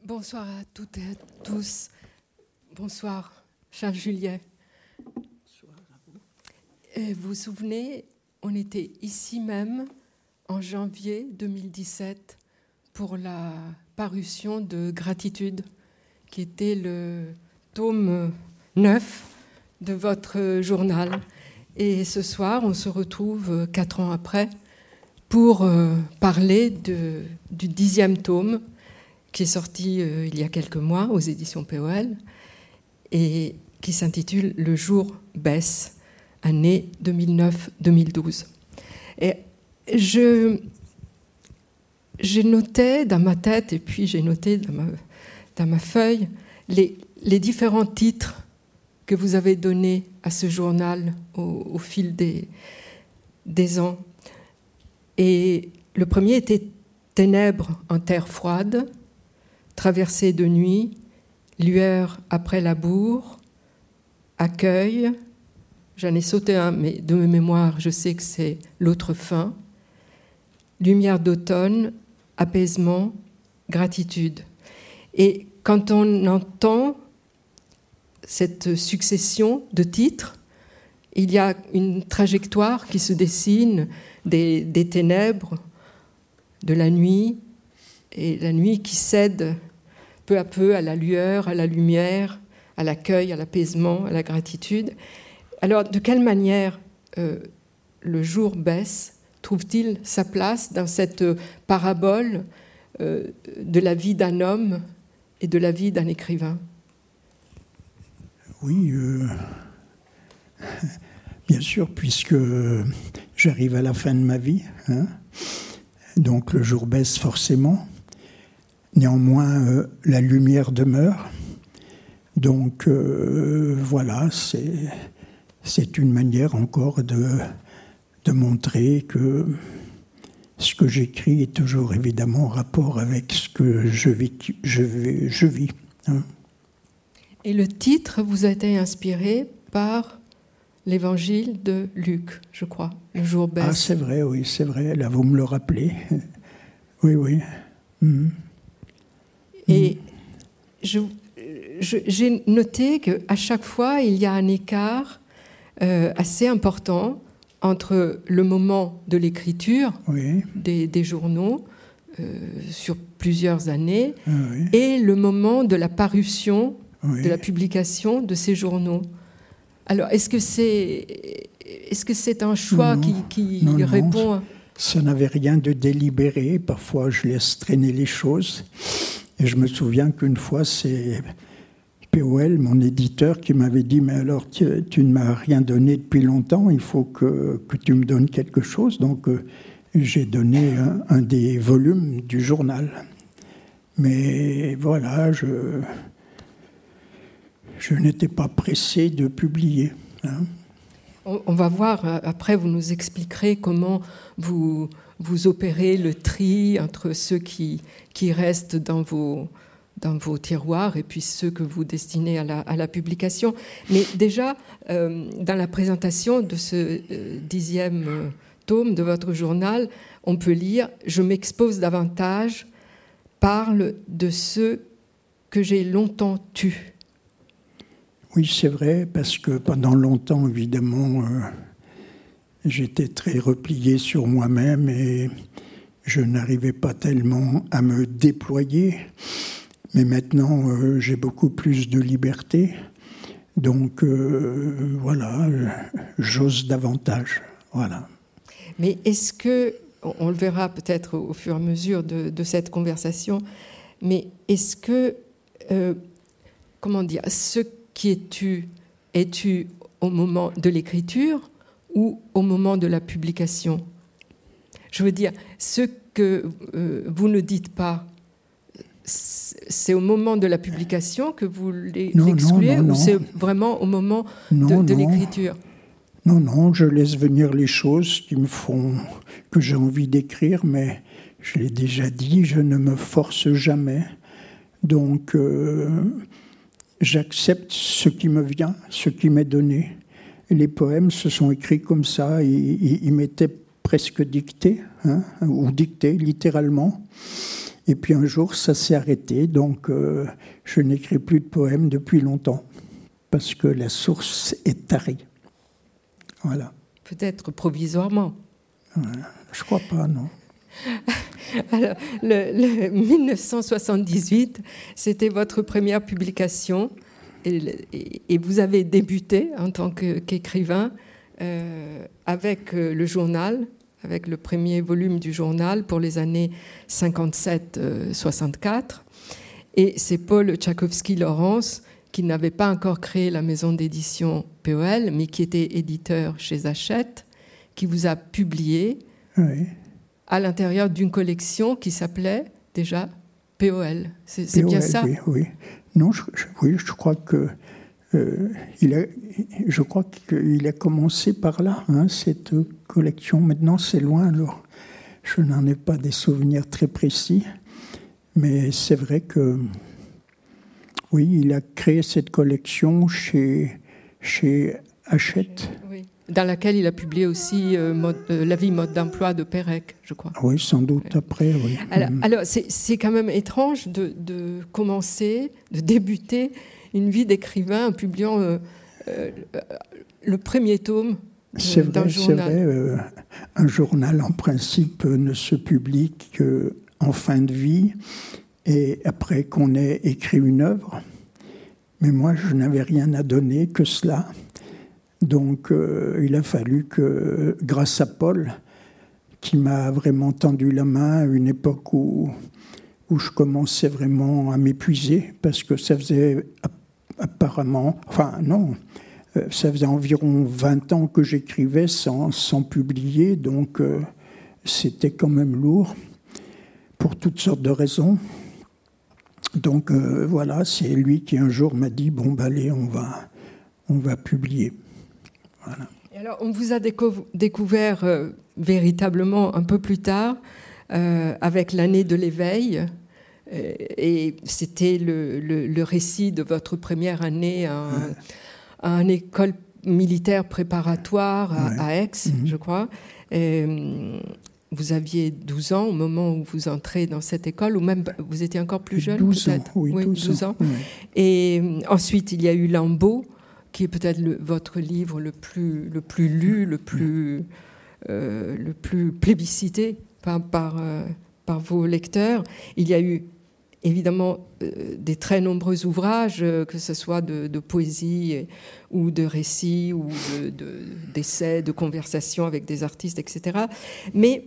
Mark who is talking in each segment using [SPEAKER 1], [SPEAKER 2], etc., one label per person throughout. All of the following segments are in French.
[SPEAKER 1] Bonsoir à toutes et à tous. Bonsoir, Charles Juliet.
[SPEAKER 2] Bonsoir à vous.
[SPEAKER 1] Vous vous souvenez, on était ici même en janvier 2017 pour la parution de Gratitude, qui était le tome 9 de votre journal. Et ce soir, on se retrouve 4 ans après pour parler du 10e tome, qui est sorti il y a quelques mois aux éditions POL et qui s'intitule « Le jour baisse, année 2009-2012 ». Et j'ai noté dans ma tête, et puis j'ai noté dans ma feuille, les différents titres que vous avez donnés à ce journal au fil des ans. Et le premier était « Ténèbres en terre froide », Traversée de nuit, lueur après la bourre, accueil, j'en ai sauté un, mais de mémoire, je sais que c'est l'autre fin, lumière d'automne, apaisement, gratitude. Et quand on entend cette succession de titres, il y a une trajectoire qui se dessine des ténèbres, de la nuit, et la nuit qui cède peu à peu à la lueur, à la lumière, à l'accueil, à l'apaisement, à la gratitude. Alors, de quelle manière le jour baisse trouve-t-il sa place dans cette parabole de la vie d'un homme et de la vie d'un écrivain ?
[SPEAKER 2] Oui, bien sûr, puisque j'arrive à la fin de ma vie, hein, donc le jour baisse forcément. Néanmoins, la lumière demeure. Donc, voilà, c'est une manière encore de montrer que ce que j'écris est toujours évidemment en rapport avec ce que je vis. Hein.
[SPEAKER 1] Et le titre vous a été inspiré par l'évangile de Luc, je crois, le jour baisse.
[SPEAKER 2] Ah, c'est vrai, oui, c'est vrai. Là, vous me le rappelez. Oui, oui.
[SPEAKER 1] Et j'ai noté qu'à chaque fois, il y a un écart assez important entre le moment de l'écriture des journaux sur plusieurs années et le moment de la parution, de la publication de ces journaux. Alors, est-ce que c'est un choix qui répond à...
[SPEAKER 2] Ça n'avait rien de délibéré. Parfois, je laisse traîner les choses. Et je me souviens qu'une fois, c'est POL, mon éditeur, qui m'avait dit « Mais alors, tu ne m'as rien donné depuis longtemps, il faut que tu me donnes quelque chose. » Donc, j'ai donné un des volumes du journal. Mais voilà, je n'étais pas pressé de publier. Hein.
[SPEAKER 1] On va voir, après vous nous expliquerez comment vous opérez le tri entre ceux qui restent dans vos tiroirs et puis ceux que vous destinez à la publication. Mais déjà, dans la présentation de ce 10e tome de votre journal, on peut lire « Je m'expose davantage, parle de ceux que j'ai longtemps tus ».
[SPEAKER 2] Oui, c'est vrai, parce que pendant longtemps, évidemment, j'étais très replié sur moi-même et je n'arrivais pas tellement à me déployer. Mais maintenant, j'ai beaucoup plus de liberté. Donc, voilà, j'ose davantage. Voilà.
[SPEAKER 1] Mais est-ce que, on le verra peut-être au fur et à mesure de cette conversation, mais est-ce que, comment dire, ce qui es-tu au moment de l'écriture ou au moment de la publication ? Je veux dire, ce que vous ne dites pas, c'est au moment de la publication que vous l'excluez ou c'est vraiment au moment de l'écriture ?
[SPEAKER 2] Non, je laisse venir les choses qui me font, que j'ai envie d'écrire, mais je l'ai déjà dit, je ne me force jamais. Donc, j'accepte ce qui me vient, ce qui m'est donné. Et les poèmes se sont écrits comme ça, ils m'étaient presque dictés, hein, ou dictés littéralement. Et puis un jour, ça s'est arrêté, donc je n'écris plus de poèmes depuis longtemps, parce que la source est tarie. Voilà.
[SPEAKER 1] Peut-être provisoirement.
[SPEAKER 2] Je crois pas, non.
[SPEAKER 1] Alors, le 1978, c'était votre première publication et vous avez débuté en tant qu'écrivain avec le journal, avec le premier volume du journal pour les années 57-64. Et c'est Paul Tchaikovsky-Laurence, qui n'avait pas encore créé la maison d'édition POL, mais qui était éditeur chez Hachette, qui vous a publié à l'intérieur d'une collection qui s'appelait déjà POL. C'est
[SPEAKER 2] POL,
[SPEAKER 1] bien ça?
[SPEAKER 2] Oui. Non, je crois que je crois qu'il a commencé par là, cette collection. Maintenant, c'est loin, alors je n'en ai pas des souvenirs très précis. Mais c'est vrai que, oui, il a créé cette collection chez Hachette.
[SPEAKER 1] Oui. Dans laquelle il a publié aussi La vie mode d'emploi de Pérec, je crois.
[SPEAKER 2] Oui, sans doute après, oui.
[SPEAKER 1] Alors c'est quand même étrange de commencer, de débuter une vie d'écrivain en publiant le premier tome d'un journal.
[SPEAKER 2] C'est vrai, un journal en principe ne se publie qu'en fin de vie et après qu'on ait écrit une œuvre. Mais moi, je n'avais rien à donner que cela. Donc, il a fallu que, grâce à Paul, qui m'a vraiment tendu la main à une époque où je commençais vraiment à m'épuiser, parce que ça faisait ça faisait environ 20 ans que j'écrivais sans publier, donc c'était quand même lourd, pour toutes sortes de raisons. Donc voilà, c'est lui qui un jour m'a dit « Bon, allez, on va publier ». Voilà.
[SPEAKER 1] Et alors, on vous a découvert véritablement un peu plus tard, avec l'année de l'éveil, et c'était le récit de votre première année à une école militaire préparatoire à Aix, je crois. Et, vous aviez 12 ans au moment où vous entrez dans cette école, ou même vous étiez encore plus jeune,
[SPEAKER 2] 12
[SPEAKER 1] peut-être.
[SPEAKER 2] Ans, oui, 12 ans. Oui.
[SPEAKER 1] Et ensuite, il y a eu Lambeau, qui est peut-être votre livre le plus lu, le plus plébiscité par vos lecteurs. Il y a eu évidemment des très nombreux ouvrages, que ce soit de poésie ou de récits ou d'essais, de conversations avec des artistes, etc. Mais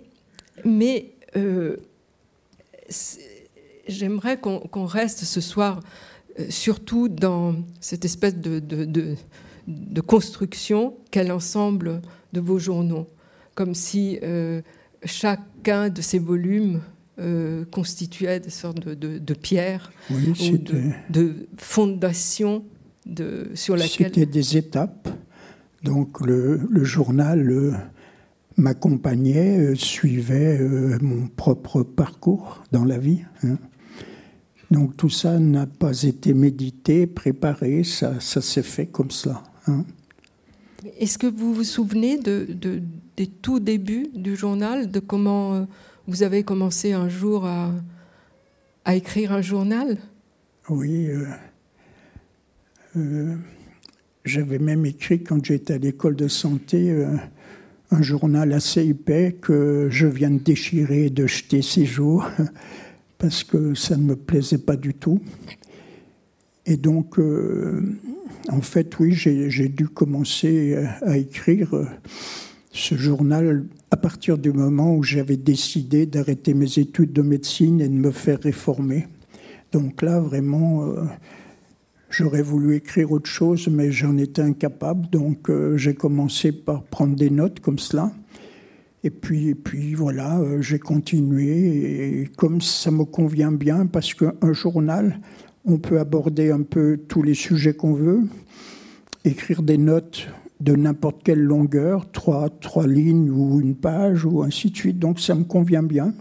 [SPEAKER 1] j'aimerais qu'on reste ce soir surtout dans cette espèce de construction qu'est l'ensemble de vos journaux, comme si chacun de ces volumes constituait des sortes de pierres, ou de fondations sur laquelle...
[SPEAKER 2] C'était des étapes. Donc le journal m'accompagnait, suivait mon propre parcours dans la vie. Donc tout ça n'a pas été médité, préparé, ça s'est fait comme cela.
[SPEAKER 1] Est-ce que vous vous souvenez des tout débuts du journal, de comment vous avez commencé un jour à écrire un journal?
[SPEAKER 2] Oui, j'avais même écrit quand j'étais à l'école de santé un journal assez épais que je viens de déchirer et de jeter ces jours parce que ça ne me plaisait pas du tout. Et donc, en fait, oui, j'ai dû commencer à écrire ce journal à partir du moment où j'avais décidé d'arrêter mes études de médecine et de me faire réformer. Donc là, vraiment, j'aurais voulu écrire autre chose, mais j'en étais incapable. Donc j'ai commencé par prendre des notes comme cela. Et puis voilà, j'ai continué. Et comme ça me convient bien, parce qu'un journal, on peut aborder un peu tous les sujets qu'on veut, écrire des notes de n'importe quelle longueur, trois lignes ou une page, ou ainsi de suite. Donc ça me convient bien.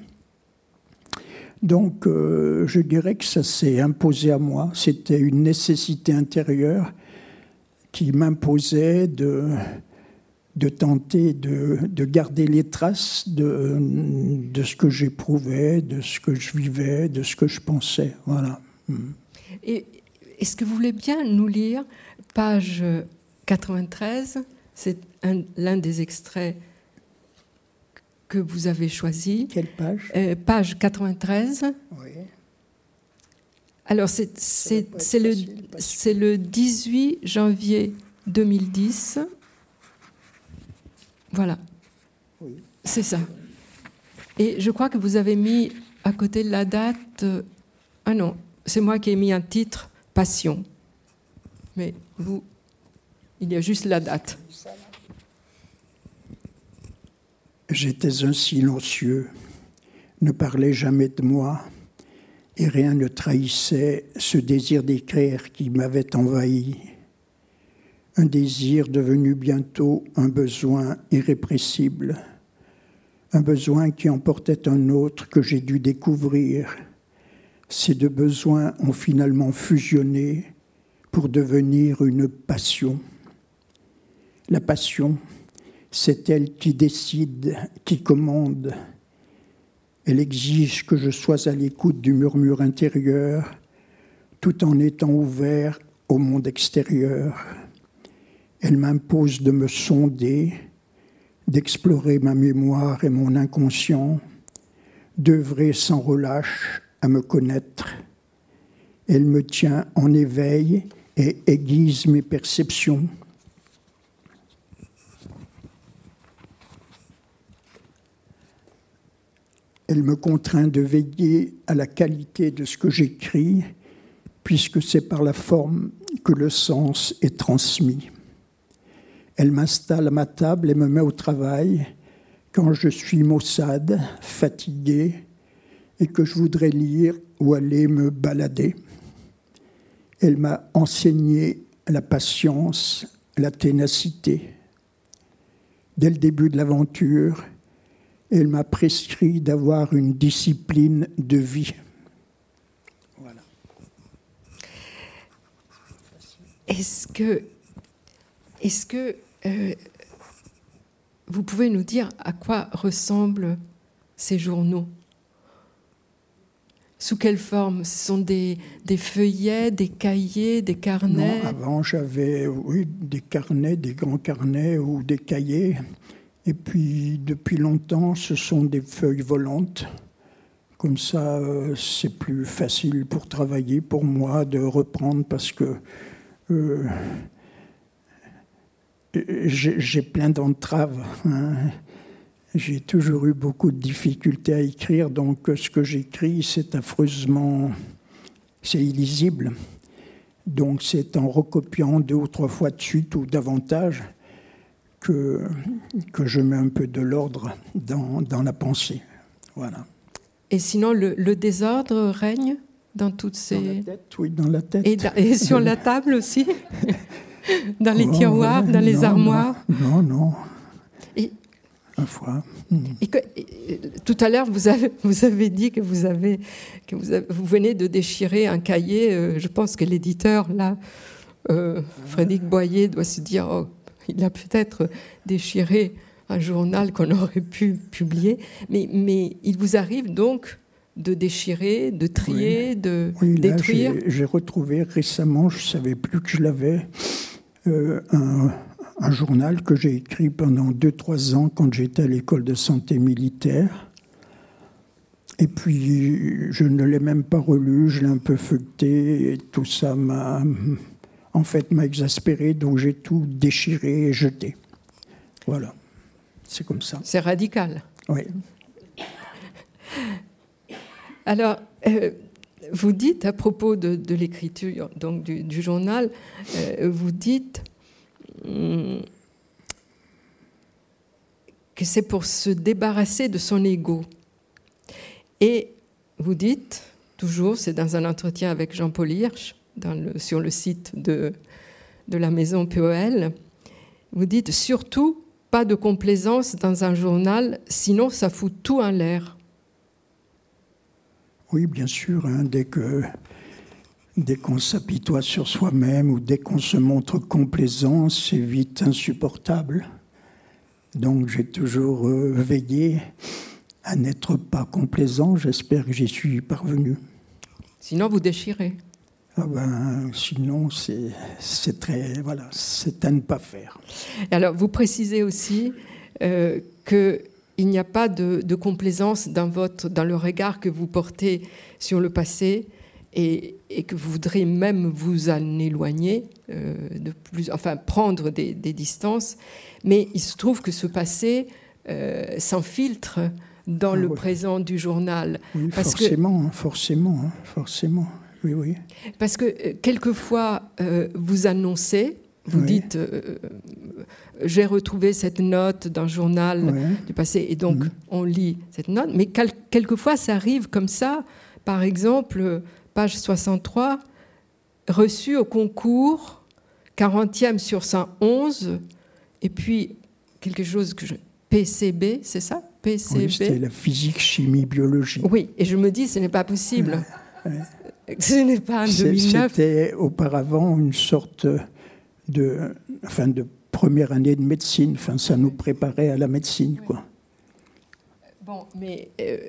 [SPEAKER 2] Donc je dirais que ça s'est imposé à moi. C'était une nécessité intérieure qui m'imposait de tenter de garder les traces de ce que j'éprouvais, de ce que je vivais, de ce que je pensais. Voilà.
[SPEAKER 1] Et est-ce que vous voulez bien nous lire page 93 ? C'est l'un des extraits que vous avez choisi.
[SPEAKER 2] Quelle page ?
[SPEAKER 1] Page 93.
[SPEAKER 2] Oui.
[SPEAKER 1] Alors, c'est le 18 janvier 2010. Voilà.
[SPEAKER 2] Oui.
[SPEAKER 1] C'est ça. Et je crois que vous avez mis à côté de la date... ah non, c'est moi qui ai mis un titre, Passion. Mais vous, il y a juste la date.
[SPEAKER 2] J'étais un silencieux, ne parlais jamais de moi, et rien ne trahissait ce désir d'écrire qui m'avait envahi. Un désir devenu bientôt un besoin irrépressible, un besoin qui emportait un autre que j'ai dû découvrir. Ces deux besoins ont finalement fusionné pour devenir une passion. La passion, c'est elle qui décide, qui commande. Elle exige que je sois à l'écoute du murmure intérieur, tout en étant ouvert au monde extérieur. Elle m'impose de me sonder, d'explorer ma mémoire et mon inconscient, d'œuvrer sans relâche à me connaître. Elle me tient en éveil et aiguise mes perceptions. Elle me contraint de veiller à la qualité de ce que j'écris, puisque c'est par la forme que le sens est transmis. Elle m'installe à ma table et me met au travail quand je suis maussade, fatigué, et que je voudrais lire ou aller me balader. Elle m'a enseigné la patience, la ténacité. Dès le début de l'aventure, elle m'a prescrit d'avoir une discipline de vie. Voilà.
[SPEAKER 1] Est-ce que vous pouvez nous dire à quoi ressemblent ces journaux ? Sous quelle forme ? Ce sont des feuillets, des cahiers, des carnets ?
[SPEAKER 2] Non, avant j'avais des carnets, des grands carnets ou des cahiers. Et puis depuis longtemps, ce sont des feuilles volantes. Comme ça, c'est plus facile pour travailler, pour moi, de reprendre parce que j'ai plein d'entraves. J'ai toujours eu beaucoup de difficultés à écrire, donc ce que j'écris, c'est affreusement... c'est illisible. Donc c'est en recopiant 2 ou 3 fois de suite ou davantage que je mets un peu de l'ordre dans la pensée. Voilà.
[SPEAKER 1] Et sinon, le désordre règne dans toutes ces...
[SPEAKER 2] Dans la tête, oui, dans la tête.
[SPEAKER 1] Et sur la table aussi dans les tiroirs, dans les armoires.
[SPEAKER 2] Non.
[SPEAKER 1] Et,
[SPEAKER 2] une fois.
[SPEAKER 1] Tout à l'heure, vous avez dit que vous venez de déchirer un cahier. Je pense que l'éditeur, là, Frédéric Boyer, doit se dire oh, il a peut-être déchiré un journal qu'on aurait pu publier. Mais il vous arrive donc de déchirer, de trier, de détruire.
[SPEAKER 2] J'ai retrouvé récemment, je ne savais plus que je l'avais, un journal que j'ai écrit pendant 2-3 ans quand j'étais à l'école de santé militaire. Et puis, je ne l'ai même pas relu, je l'ai un peu feuilleté, et tout ça m'a exaspéré, donc j'ai tout déchiré et jeté. Voilà, c'est comme ça.
[SPEAKER 1] C'est radical.
[SPEAKER 2] Oui.
[SPEAKER 1] Alors, vous dites, à propos de l'écriture donc du journal, vous dites que c'est pour se débarrasser de son ego. Et vous dites, toujours, c'est dans un entretien avec Jean-Paul Hirsch, sur le site de la maison POL, vous dites « Surtout, pas de complaisance dans un journal, sinon ça fout tout en l'air ».
[SPEAKER 2] Oui, bien sûr, dès qu'on s'apitoie sur soi-même ou dès qu'on se montre complaisant, c'est vite insupportable. Donc j'ai toujours veillé à n'être pas complaisant. J'espère que j'y suis parvenu.
[SPEAKER 1] Sinon, vous déchirez.
[SPEAKER 2] Ah ben, sinon, c'est très... Voilà, c'est à ne pas faire.
[SPEAKER 1] Alors, vous précisez aussi qu'il n'y a pas de complaisance dans le regard que vous portez sur le passé et que vous voudrez même vous en éloigner, prendre des distances. Mais il se trouve que ce passé s'infiltre dans le présent du journal.
[SPEAKER 2] Oui, forcément. Oui.
[SPEAKER 1] Parce que quelquefois, vous annoncez, vous dites j'ai retrouvé cette note d'un journal du passé, et donc on lit cette note, mais quelquefois ça arrive comme ça, par exemple, page 63, reçu au concours, 40e sur 111, et puis quelque chose que PCB, c'est ça ? PCB.
[SPEAKER 2] Oui, c'était la physique, chimie, biologie.
[SPEAKER 1] Oui, et je me dis, ce n'est pas possible. Ce n'est pas en 2009.
[SPEAKER 2] C'était auparavant une sorte de première année de médecine. Enfin, ça nous préparait à la médecine, quoi.
[SPEAKER 1] Bon, mais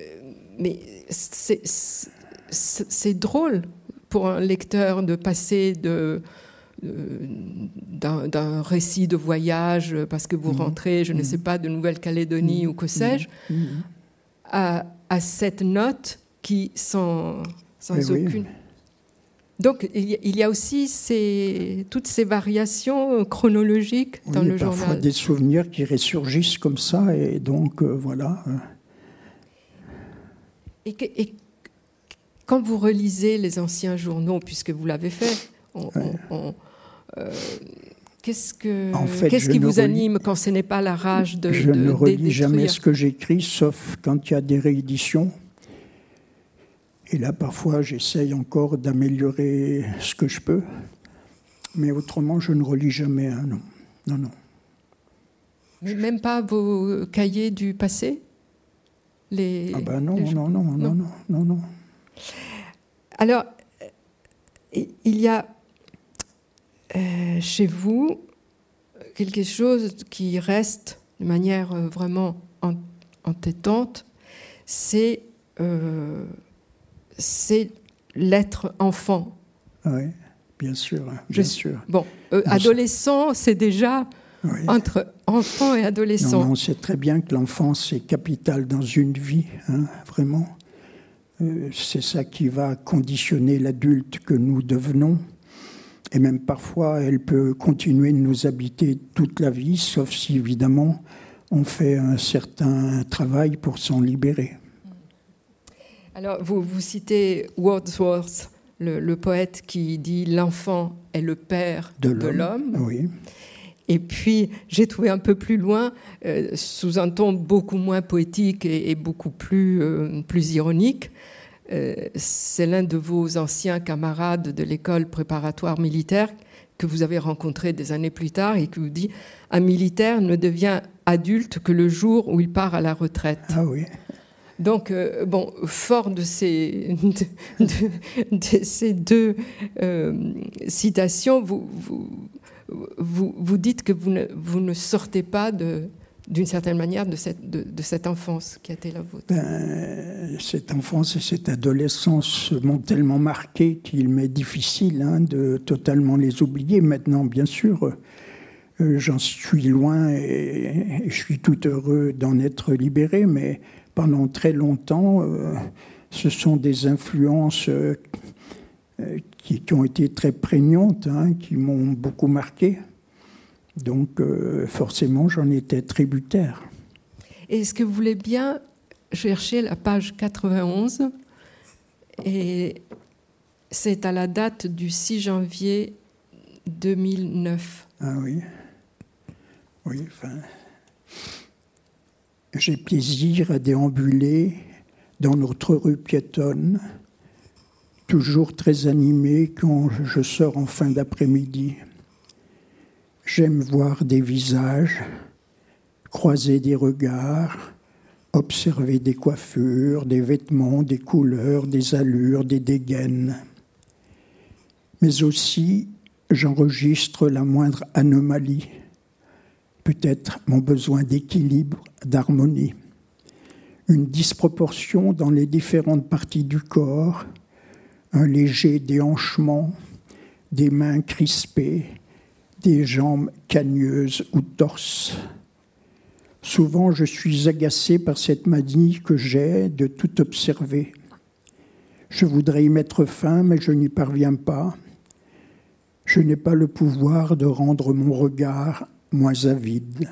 [SPEAKER 1] c'est drôle pour un lecteur de passer d'un récit de voyage parce que vous rentrez, je ne sais pas, de Nouvelle-Calédonie ou que sais-je, à cette note qui sans aucune... Donc, il y a aussi toutes ces variations chronologiques dans le journal.
[SPEAKER 2] Parfois des souvenirs qui ressurgissent comme ça, et donc, voilà.
[SPEAKER 1] Et quand vous relisez les anciens journaux, puisque vous l'avez fait, qu'est-ce qui vous anime quand ce n'est pas la rage de
[SPEAKER 2] Je ne relis jamais ce que j'écris, sauf quand il y a des rééditions. Et là, parfois, j'essaye encore d'améliorer ce que je peux. Mais autrement, je ne relis jamais. Non.
[SPEAKER 1] Mais même pas vos cahiers du passé ?
[SPEAKER 2] Non.
[SPEAKER 1] Alors, il y a chez vous quelque chose qui reste de manière vraiment entêtante, c'est l'être enfant.
[SPEAKER 2] Oui, bien sûr.
[SPEAKER 1] Bon, adolescent, c'est déjà entre enfant et adolescent.
[SPEAKER 2] Non, on sait très bien que l'enfance est capitale dans une vie, vraiment. C'est ça qui va conditionner l'adulte que nous devenons. Et même parfois, elle peut continuer de nous habiter toute la vie, sauf si, évidemment, on fait un certain travail pour s'en libérer.
[SPEAKER 1] Alors, vous citez Wordsworth, le poète qui dit « L'enfant est le père de l'homme ».
[SPEAKER 2] Oui.
[SPEAKER 1] Et puis, j'ai trouvé un peu plus loin, sous un ton beaucoup moins poétique et beaucoup plus ironique, c'est l'un de vos anciens camarades de l'école préparatoire militaire que vous avez rencontré des années plus tard et qui vous dit « Un militaire ne devient adulte que le jour où il part à la retraite ».
[SPEAKER 2] Ah oui.
[SPEAKER 1] Donc, fort de ces deux citations, vous dites que vous ne sortez pas d'une certaine manière de cette enfance qui a été la vôtre.
[SPEAKER 2] Cette enfance et cette adolescence m'ont tellement marqué qu'il m'est difficile de totalement les oublier. Maintenant, bien sûr, j'en suis loin et je suis tout heureux d'en être libéré, mais pendant très longtemps, ce sont des influences qui ont été très prégnantes, qui m'ont beaucoup marqué. Donc, forcément, j'en étais tributaire.
[SPEAKER 1] Est-ce que vous voulez bien chercher la page 91 ? Et c'est à la date du 6 janvier 2009.
[SPEAKER 2] Ah oui. Oui, enfin... J'ai plaisir à déambuler dans notre rue piétonne, toujours très animée quand je sors en fin d'après-midi. J'aime voir des visages, croiser des regards, observer des coiffures, des vêtements, des couleurs, des allures, des dégaines. Mais aussi, j'enregistre la moindre anomalie, peut-être mon besoin d'équilibre, d'harmonie, une disproportion dans les différentes parties du corps, un léger déhanchement, des mains crispées, des jambes cagneuses ou torses. Souvent, je suis agacé par cette manie que j'ai de tout observer. Je voudrais y mettre fin, mais je n'y parviens pas. Je n'ai pas le pouvoir de rendre mon regard moins avide.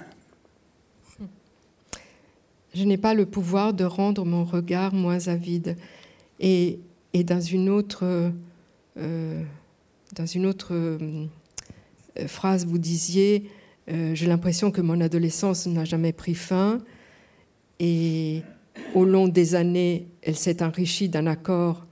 [SPEAKER 1] Je n'ai pas le pouvoir de rendre mon regard moins avide. Et dans une autre phrase, vous disiez j'ai l'impression que mon adolescence n'a jamais pris fin et au long des années, elle s'est enrichie d'un accord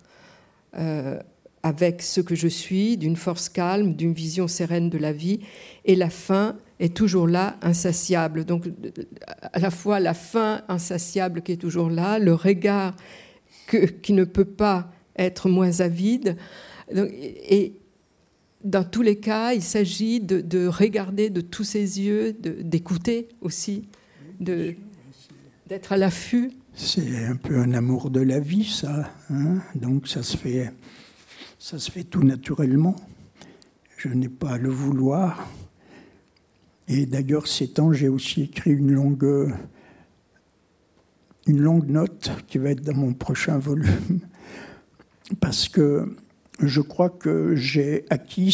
[SPEAKER 1] avec ce que je suis, d'une force calme, d'une vision sereine de la vie, et la faim est toujours là, insatiable. Donc, à la fois la faim insatiable qui est toujours là, le regard qui ne peut pas être moins avide. Donc, et dans tous les cas, il s'agit de regarder de tous ses yeux, d'écouter aussi, d'être à l'affût.
[SPEAKER 2] C'est un peu un amour de la vie, ça. Hein, donc ça se fait tout naturellement. Je n'ai pas à le vouloir. Et d'ailleurs, ces temps, j'ai aussi écrit une longue note qui va être dans mon prochain volume, parce que je crois que j'ai acquis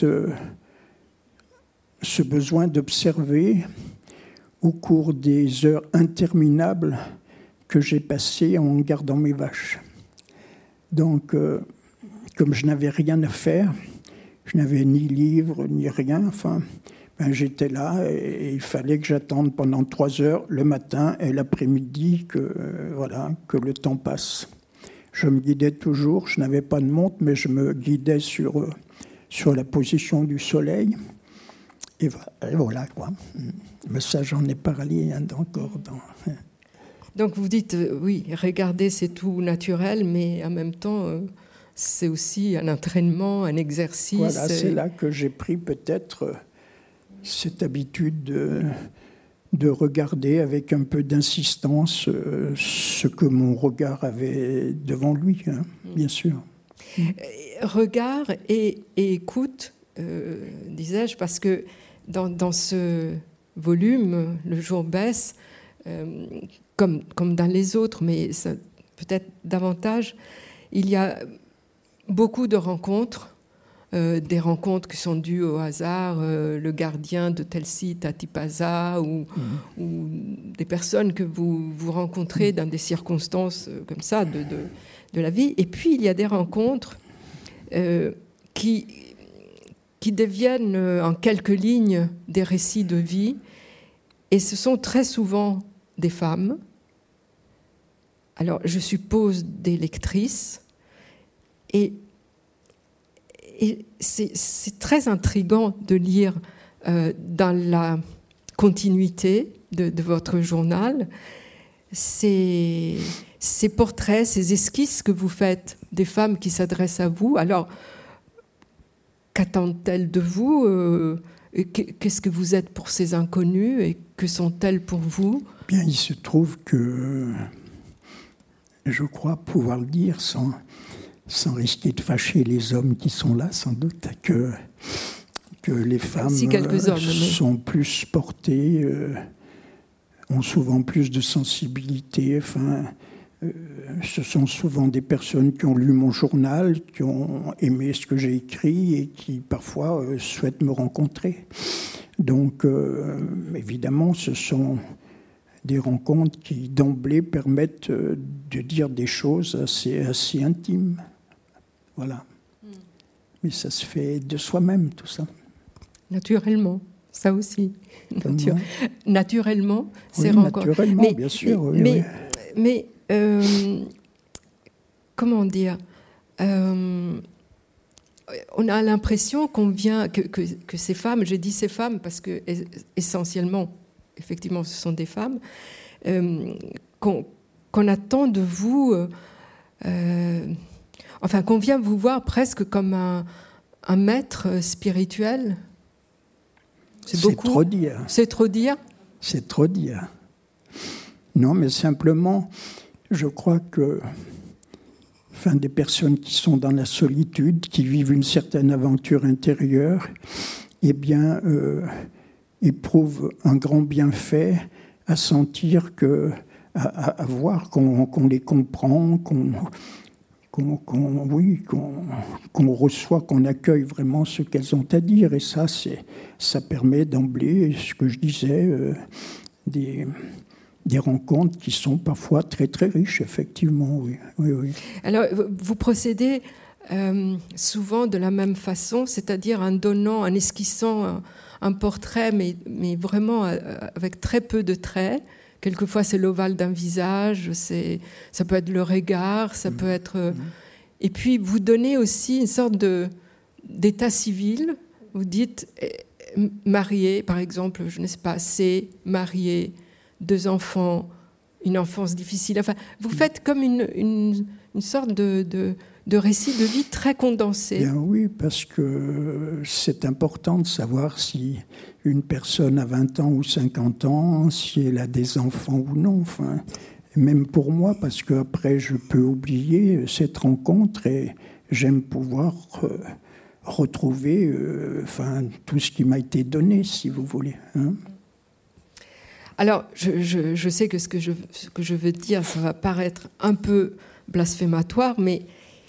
[SPEAKER 2] ce besoin d'observer au cours des heures interminables que j'ai passées en gardant mes vaches. Donc, comme je n'avais rien à faire, je n'avais ni livre, ni rien, enfin, j'étais là et il fallait que j'attende pendant 3 heures le matin et l'après-midi que le temps passe. Je me guidais toujours, je n'avais pas de montre, mais je me guidais sur la position du soleil. Et voilà, quoi. Mais ça, j'en ai parlé encore dans...
[SPEAKER 1] Donc vous dites, oui, regarder, c'est tout naturel, mais en même temps, c'est aussi un entraînement, un exercice.
[SPEAKER 2] Voilà, c'est là que j'ai pris peut-être cette habitude de regarder avec un peu d'insistance ce que mon regard avait devant lui, hein, bien sûr.
[SPEAKER 1] Regard et écoute, disais-je, parce que dans ce volume, Le jour baisse, comme dans les autres, mais ça, peut-être davantage, il y a beaucoup de rencontres, des rencontres qui sont dues au hasard, le gardien de tel site à Tipaza, ou des personnes que vous rencontrez dans des circonstances comme ça de la vie. Et puis, il y a des rencontres qui deviennent en quelques lignes des récits de vie, et ce sont très souvent des femmes. Alors, je suppose des lectrices, et c'est très intriguant de lire dans la continuité de votre journal ces portraits, ces esquisses que vous faites des femmes qui s'adressent à vous. Alors, qu'attendent-elles de vous ? Qu'est-ce que vous êtes pour ces inconnues et que sont-elles pour vous ?
[SPEAKER 2] Bien, il se trouve que je crois pouvoir le dire sans risquer de fâcher les hommes qui sont là, sans doute, que les femmes sont plus portées, ont souvent plus de sensibilité. Enfin, ce sont souvent des personnes qui ont lu mon journal, qui ont aimé ce que j'ai écrit et qui parfois souhaitent me rencontrer. Donc, évidemment, ce sont des rencontres qui, d'emblée, permettent de dire des choses assez intimes. Voilà. Mais ça se fait de soi-même, tout ça.
[SPEAKER 1] Naturellement, ça aussi. Naturellement, c'est
[SPEAKER 2] rencontres. Naturellement, bien sûr.
[SPEAKER 1] Mais comment dire, on a l'impression qu'on vient, que ces femmes, j'ai dit ces femmes parce que essentiellement, effectivement, ce sont des femmes, qu'on attend de vous, enfin, qu'on vient vous voir presque comme un maître spirituel. C'est beaucoup.
[SPEAKER 2] C'est trop dire.
[SPEAKER 1] C'est trop dire.
[SPEAKER 2] C'est trop dire. Non, mais simplement, je crois que des personnes qui sont dans la solitude, qui vivent une certaine aventure intérieure, eh bien, éprouvent un grand bienfait à sentir que, à voir qu'on les comprend, qu'on reçoit, qu'on accueille vraiment ce qu'elles ont à dire. Et ça permet d'emblée, ce que je disais, des rencontres qui sont parfois très, très riches, effectivement, oui.
[SPEAKER 1] Alors, vous procédez souvent de la même façon, c'est-à-dire en esquissant un portrait, mais vraiment avec très peu de traits. Quelquefois, c'est l'ovale d'un visage, ça peut être le regard, ça peut être... Et puis, vous donnez aussi une sorte d'état civil. Vous dites marié, par exemple, je ne sais pas, c'est marié, 2 enfants, une enfance difficile. Enfin, vous faites comme une sorte de récit de vie très condensé.
[SPEAKER 2] Bien oui, parce que c'est important de savoir si une personne a 20 ans ou 50 ans, si elle a des enfants ou non. Enfin, même pour moi, parce qu'après, je peux oublier cette rencontre et j'aime pouvoir retrouver tout ce qui m'a été donné, si vous voulez. Hein.
[SPEAKER 1] Alors, je sais que ce que je veux dire, ça va paraître un peu blasphématoire, mais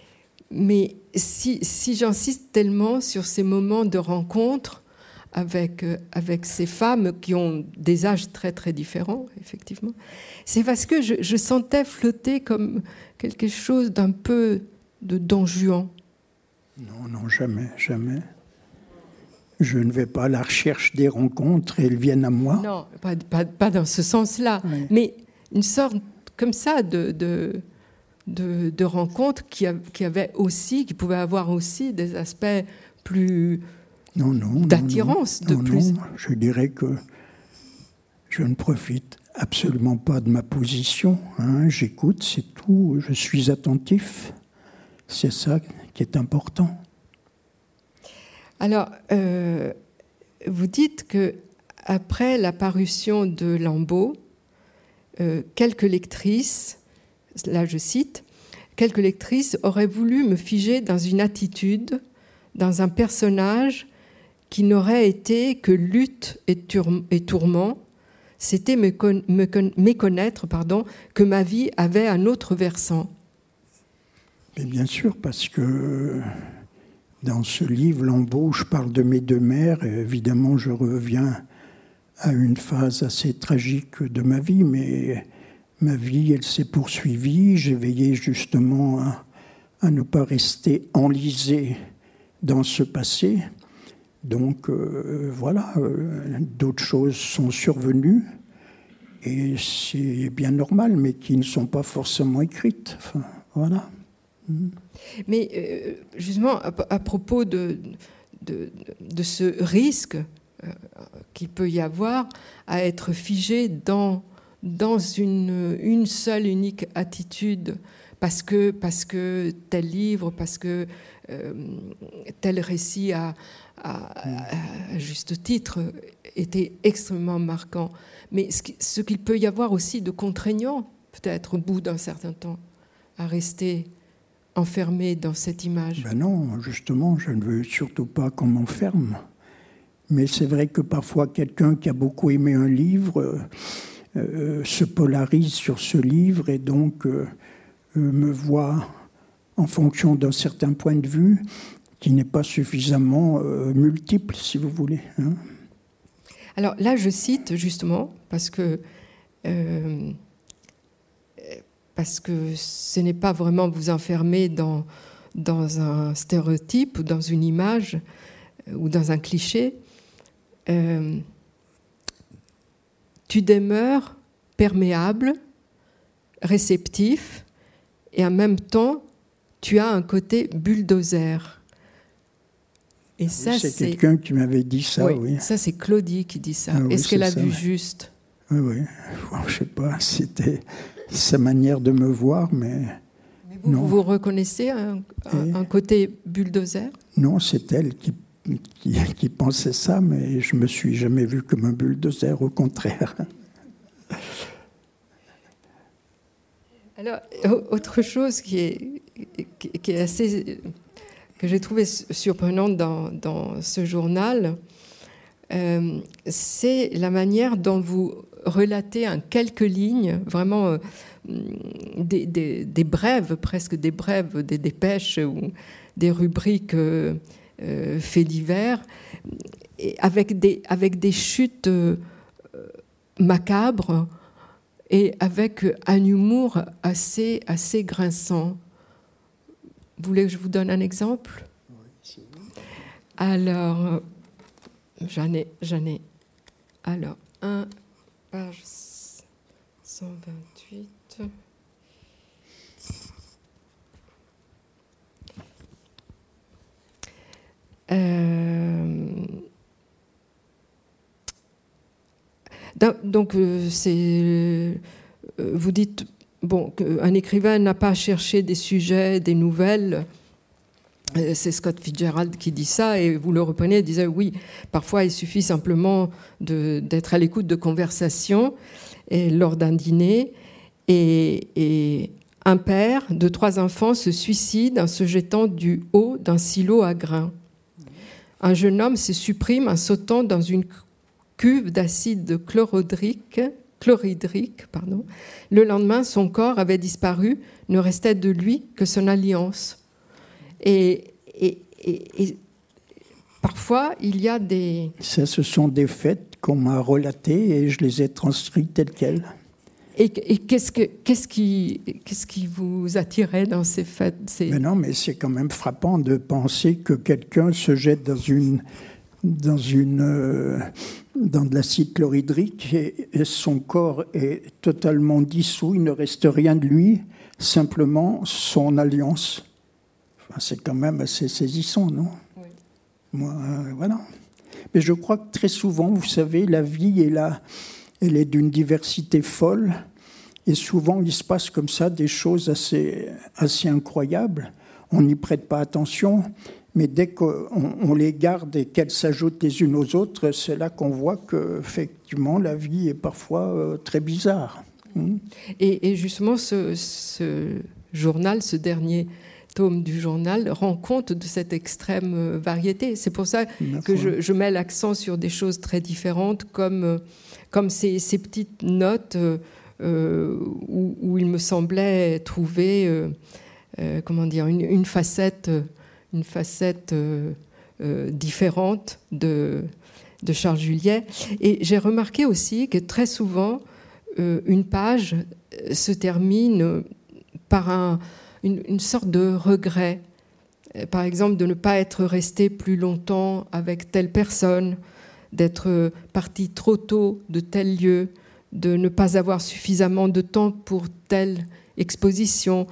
[SPEAKER 1] si j'insiste tellement sur ces moments de rencontre avec ces femmes qui ont des âges très, très différents, effectivement, c'est parce que je sentais flotter comme quelque chose d'un peu de Don Juan.
[SPEAKER 2] Non, jamais, jamais. Je ne vais pas à la recherche des rencontres et elles viennent à moi.
[SPEAKER 1] Non, pas dans ce sens-là, oui. Mais une sorte comme ça de rencontres qui pouvaient avoir aussi des aspects plus d'attirance.
[SPEAKER 2] Non, je dirais que je ne profite absolument pas de ma position. Hein. J'écoute, c'est tout. Je suis attentif. C'est ça qui est important.
[SPEAKER 1] Alors, vous dites qu'après la parution de Lambeau, quelques lectrices, là je cite, quelques lectrices auraient voulu me figer dans une attitude, dans un personnage qui n'aurait été que lutte et tourment, c'était méconnaître que ma vie avait un autre versant.
[SPEAKER 2] Mais bien sûr, parce que dans ce livre, Lambeau, je parle de mes 2 mères, et évidemment je reviens à une phase assez tragique de ma vie, mais ma vie, elle s'est poursuivie. J'ai veillé justement à ne pas rester enlisé dans ce passé. Donc voilà, d'autres choses sont survenues, et c'est bien normal, mais qui ne sont pas forcément écrites. Enfin, voilà.
[SPEAKER 1] Mais justement, à propos de ce risque qu'il peut y avoir à être figé dans une seule unique attitude, parce que tel livre, parce que tel récit à juste titre était extrêmement marquant. Mais ce qu'il peut y avoir aussi de contraignant, peut-être au bout d'un certain temps, à rester enfermé dans cette image.
[SPEAKER 2] Ben non, justement, je ne veux surtout pas qu'on m'enferme. Mais c'est vrai que parfois, quelqu'un qui a beaucoup aimé un livre se polarise sur ce livre et donc me voit en fonction d'un certain point de vue qui n'est pas suffisamment multiple, si vous voulez. Hein.
[SPEAKER 1] Alors là, je cite justement, parce que ce n'est pas vraiment vous enfermer dans un stéréotype ou dans une image ou dans un cliché. Tu demeures perméable, réceptif, et en même temps, tu as un côté bulldozer. Et ça,
[SPEAKER 2] c'est quelqu'un qui m'avait dit ça, oui.
[SPEAKER 1] Ça, c'est Claudie qui dit ça. Est-ce qu'elle a vu juste ?
[SPEAKER 2] Oui. Je ne sais pas, c'était sa manière de me voir, mais
[SPEAKER 1] vous reconnaissez un côté bulldozer ?
[SPEAKER 2] Non, c'est elle qui qui pensait ça, mais je me suis jamais vu comme un bulldozer, au contraire.
[SPEAKER 1] Alors, autre chose qui est assez, que j'ai trouvé surprenante dans ce journal, c'est la manière dont vous relatez en quelques lignes, vraiment des brèves, presque des brèves, des dépêches ou des rubriques faits divers, et avec des chutes macabres et avec un humour assez grinçant. Vous voulez que je vous donne un exemple ?
[SPEAKER 2] Oui, c'est bon.
[SPEAKER 1] Alors, j'en ai. Alors, page 128. Donc, vous dites qu'un écrivain n'a pas à chercher des sujets, des nouvelles. C'est Scott Fitzgerald qui dit ça, et vous le reprenez, il disait oui, parfois il suffit simplement d'être à l'écoute de conversations lors d'un dîner, et un père de 3 enfants se suicide en se jetant du haut d'un silo à grains. Un jeune homme se supprime en sautant dans une cuve d'acide chlorhydrique. Le lendemain, son corps avait disparu, ne restait de lui que son alliance. Et parfois, il y a des...
[SPEAKER 2] Ça, ce sont des faits qu'on m'a relatées et je les ai transcrits tels quels.
[SPEAKER 1] Et qu'est-ce qui vous attirait dans ces faits ?
[SPEAKER 2] Mais non, mais c'est quand même frappant de penser que quelqu'un se jette dans de l'acide chlorhydrique et son corps est totalement dissous, il ne reste rien de lui, simplement son alliance. Enfin, c'est quand même assez saisissant, non ? Oui. Moi, voilà. Mais je crois que très souvent, vous savez, la vie elle est d'une diversité folle. Et souvent, il se passe comme ça des choses assez incroyables. On n'y prête pas attention, mais dès qu'on les garde et qu'elles s'ajoutent les unes aux autres, c'est là qu'on voit qu'effectivement, la vie est parfois très bizarre.
[SPEAKER 1] Et justement, ce journal, ce dernier tome du journal, rend compte de cette extrême variété. C'est pour ça que je mets l'accent sur des choses très différentes, comme ces petites notes où il me semblait trouver une facette différente de Charles Juliet. Et j'ai remarqué aussi que très souvent, une page se termine par une sorte de regret. Par exemple, de ne pas être resté plus longtemps avec telle personne, d'être parti trop tôt de tel lieu, de ne pas avoir suffisamment de temps pour telle exposition.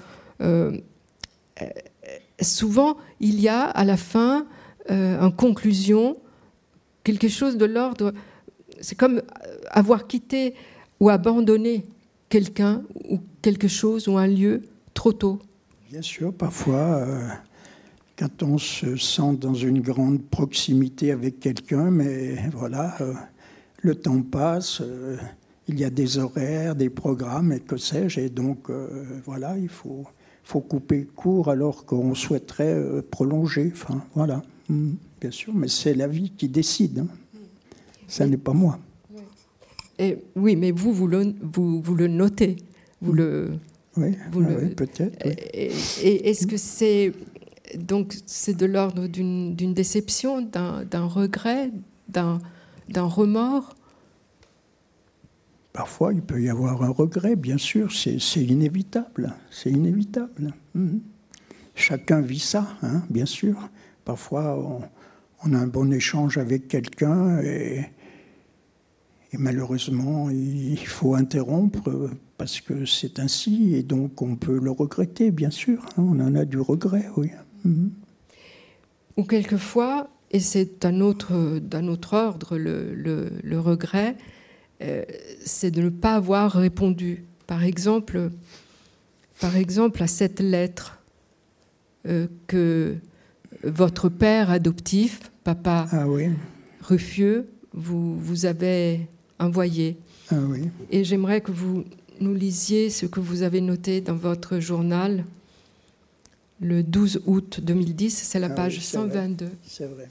[SPEAKER 1] Souvent, il y a à la fin, en conclusion, quelque chose de l'ordre... C'est comme avoir quitté ou abandonné quelqu'un ou quelque chose ou un lieu trop tôt.
[SPEAKER 2] Bien sûr, parfois, quand on se sent dans une grande proximité avec quelqu'un, mais voilà, le temps passe... il y a des horaires, des programmes, et que sais-je, et donc voilà, il faut couper court alors qu'on souhaiterait prolonger. Enfin, voilà, bien sûr, mais c'est la vie qui décide. Hein. Ça n'est pas moi.
[SPEAKER 1] Oui, mais vous le notez, vous le.
[SPEAKER 2] Oui, oui peut-être. Oui.
[SPEAKER 1] Et est-ce que c'est de l'ordre d'une déception, d'un regret, d'un remords?
[SPEAKER 2] Parfois, il peut y avoir un regret, bien sûr, c'est inévitable. C'est inévitable. Chacun vit ça, hein, bien sûr. Parfois, on a un bon échange avec quelqu'un et malheureusement, il faut interrompre parce que c'est ainsi et donc on peut le regretter, bien sûr. Hein, on en a du regret, oui.
[SPEAKER 1] Ou quelquefois, et c'est d'un autre ordre, le regret, c'est de ne pas avoir répondu. Par exemple à cette lettre que votre père adoptif, papa Ruffieux vous avait envoyé.
[SPEAKER 2] Ah oui.
[SPEAKER 1] Et j'aimerais que vous nous lisiez ce que vous avez noté dans votre journal le 12 août 2010, c'est la page 122.
[SPEAKER 2] C'est vrai.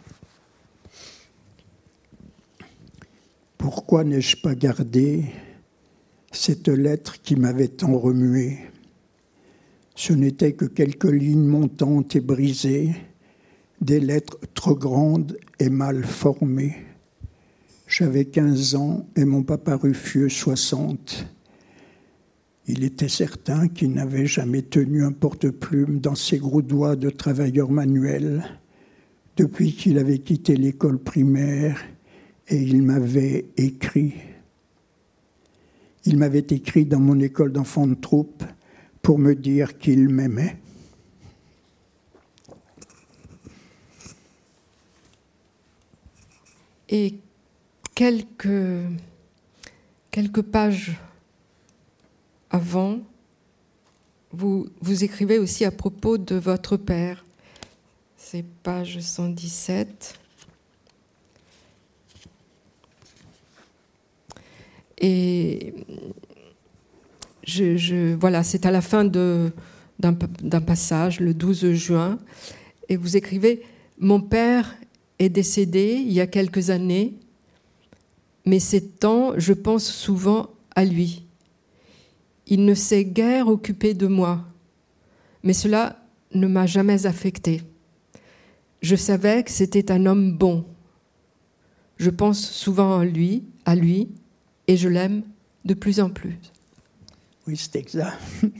[SPEAKER 2] Pourquoi n'ai-je pas gardé cette lettre qui m'avait tant remué ? Ce n'était que quelques lignes montantes et brisées, des lettres trop grandes et mal formées. J'avais 15 ans et mon papa Ruffieux 60. Il était certain qu'il n'avait jamais tenu un porte-plume dans ses gros doigts de travailleur manuel depuis qu'il avait quitté l'école primaire et il m'avait écrit. Il m'avait écrit dans mon école d'enfants de troupe pour me dire qu'il m'aimait.
[SPEAKER 1] Et quelques pages avant, vous écrivez aussi à propos de votre père. C'est page 117. Et voilà, c'est à la fin d'un passage, le 12 juin, et vous écrivez « Mon père est décédé il y a quelques années, mais ces temps, je pense souvent à lui. Il ne s'est guère occupé de moi, mais cela ne m'a jamais affecté. Je savais que c'était un homme bon. Je pense souvent à lui, et je l'aime de plus en plus. »
[SPEAKER 2] Oui, c'est exact.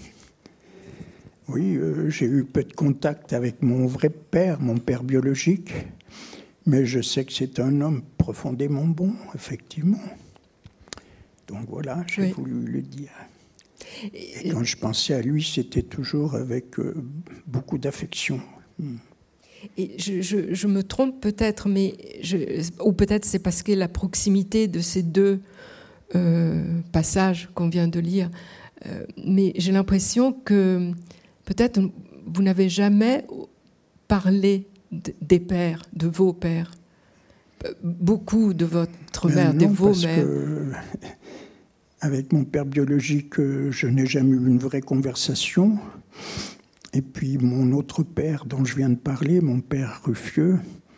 [SPEAKER 2] Oui, j'ai eu peu de contact avec mon vrai père, mon père biologique, mais je sais que c'est un homme profondément bon, effectivement. Donc voilà, j'ai voulu le dire. Et quand je pensais à lui, c'était toujours avec beaucoup d'affection.
[SPEAKER 1] Et je me trompe peut-être, ou peut-être c'est parce que la proximité de ces deux passages qu'on vient de lire, mais j'ai l'impression que peut-être vous n'avez jamais parlé des pères, de vos pères, beaucoup de votre mère, de vos mères.
[SPEAKER 2] Avec mon père biologique, je n'ai jamais eu une vraie conversation. Et puis mon autre père dont je viens de parler, mon père Ruffieux,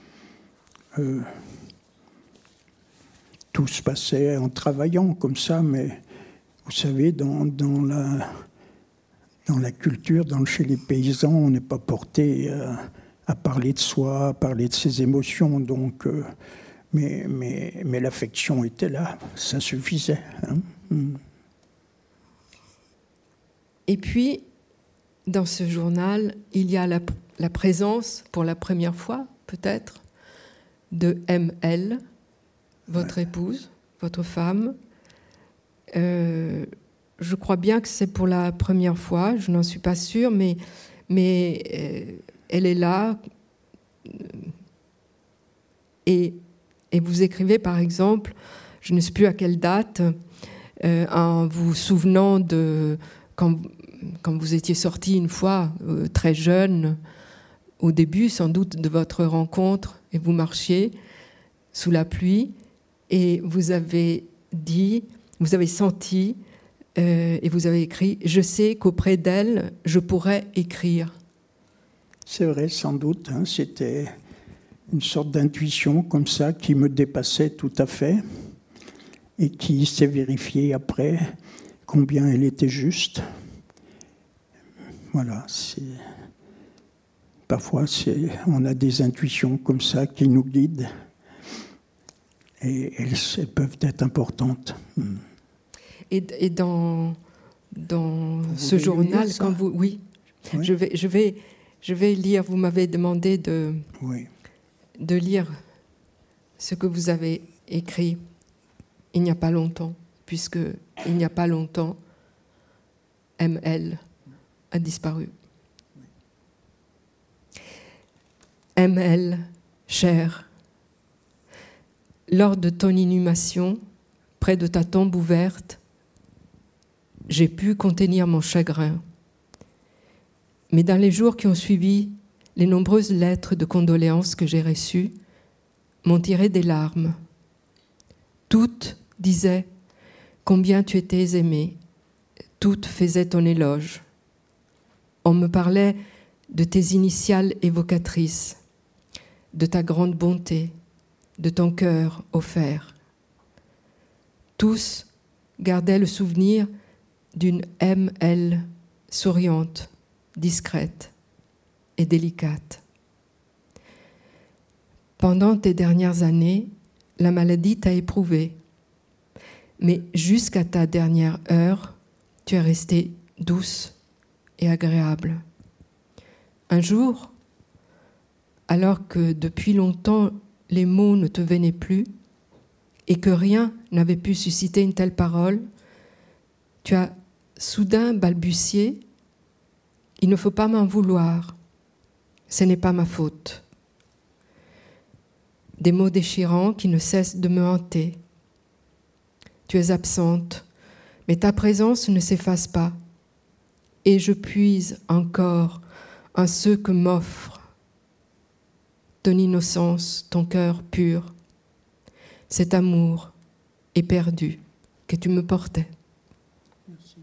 [SPEAKER 2] tout se passait en travaillant comme ça, mais vous savez, dans la culture, chez les paysans, on n'est pas porté à parler de soi, à parler de ses émotions. Donc, mais l'affection était là, ça suffisait. Hein.
[SPEAKER 1] Et puis, dans ce journal, il y a la présence, pour la première fois peut-être, de ML, votre épouse, votre femme. Je crois bien que c'est pour la première fois, je n'en suis pas sûre, mais elle est là. Et vous écrivez, par exemple, je ne sais plus à quelle date, en vous souvenant de quand vous étiez sorti une fois, très jeune, au début sans doute de votre rencontre, et vous marchiez sous la pluie, et vous avez senti, et vous avez écrit « Je sais qu'auprès d'elle, je pourrais écrire ».
[SPEAKER 2] C'est vrai, sans doute. Hein, c'était une sorte d'intuition comme ça qui me dépassait tout à fait et qui s'est vérifiée après combien elle était juste. Voilà, parfois on a des intuitions comme ça qui nous guident et elles peuvent être importantes.
[SPEAKER 1] Et dans ce journal, quand vous... Oui, je vais lire, vous m'avez demandé de lire ce que vous avez écrit il n'y a pas longtemps, puisque il n'y a pas longtemps, ML a disparu. ML, chère, lors de ton inhumation, près de ta tombe ouverte, j'ai pu contenir mon chagrin. Mais dans les jours qui ont suivi les nombreuses lettres de condoléances que j'ai reçues, m'ont tiré des larmes. Toutes disaient combien tu étais aimé. Toutes faisaient ton éloge. On me parlait de tes initiales évocatrices, de ta grande bonté, de ton cœur offert. Tous gardaient le souvenir d'une ML souriante, discrète et délicate. Pendant tes dernières années, la maladie t'a éprouvé, mais jusqu'à ta dernière heure, tu es restée douce et agréable. Un jour, alors que depuis longtemps les mots ne te venaient plus et que rien n'avait pu susciter une telle parole, tu as soudain balbutié « Il ne faut pas m'en vouloir, ce n'est pas ma faute ». Des mots déchirants qui ne cessent de me hanter. Tu es absente, mais ta présence ne s'efface pas. Et je puise encore en ce que m'offre ton innocence, ton cœur pur, cet amour éperdu que tu me portais. Merci.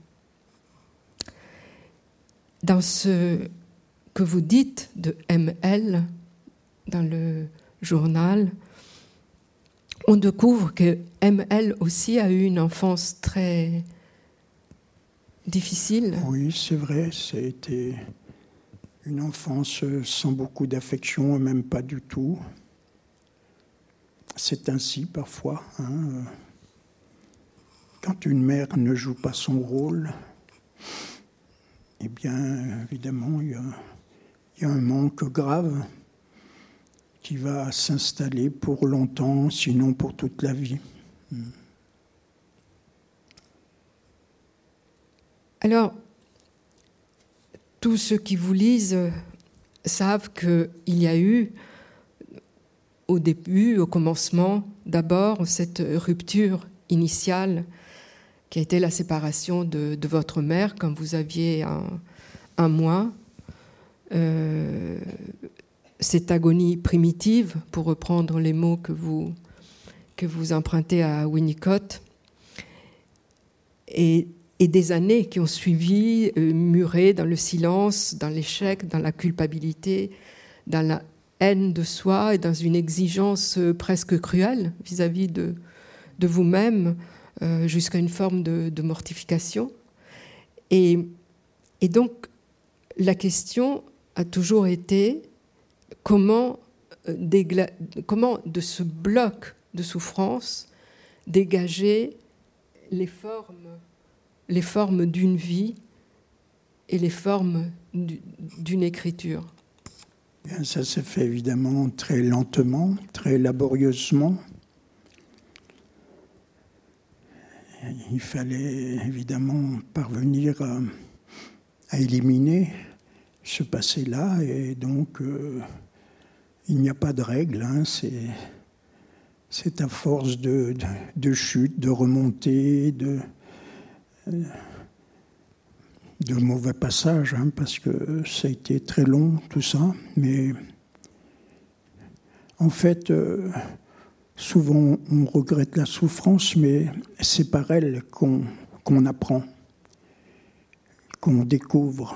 [SPEAKER 1] Dans ce que vous dites de ML, dans le journal, on découvre que ML aussi a eu une enfance très difficile.
[SPEAKER 2] Oui, c'est vrai, c'était une enfance sans beaucoup d'affection, même pas du tout. C'est ainsi parfois. Quand une mère ne joue pas son rôle, eh bien, évidemment, il y a un manque grave qui va s'installer pour longtemps, sinon pour toute la vie.
[SPEAKER 1] Alors, tous ceux qui vous lisent savent qu'il y a eu, au début, au commencement, d'abord, cette rupture initiale qui a été la séparation de votre mère quand vous aviez un mois. Cette agonie primitive, pour reprendre les mots que vous empruntez à Winnicott, et des années qui ont suivi, murées dans le silence, dans l'échec, dans la culpabilité, dans la haine de soi et dans une exigence presque cruelle vis-à-vis de vous-même, jusqu'à une forme de mortification. Et donc, la question a toujours été comment de ce bloc de souffrance dégager les formes d'une vie et les formes d'une écriture.
[SPEAKER 2] Bien, ça s'est fait évidemment très lentement, très laborieusement. Il fallait évidemment parvenir à éliminer ce passé-là, et donc il n'y a pas de règle, c'est à force de chute, de remontée, de mauvais passages, parce que ça a été très long tout ça, mais en fait souvent on regrette la souffrance, mais c'est par elle qu'on apprend, qu'on découvre.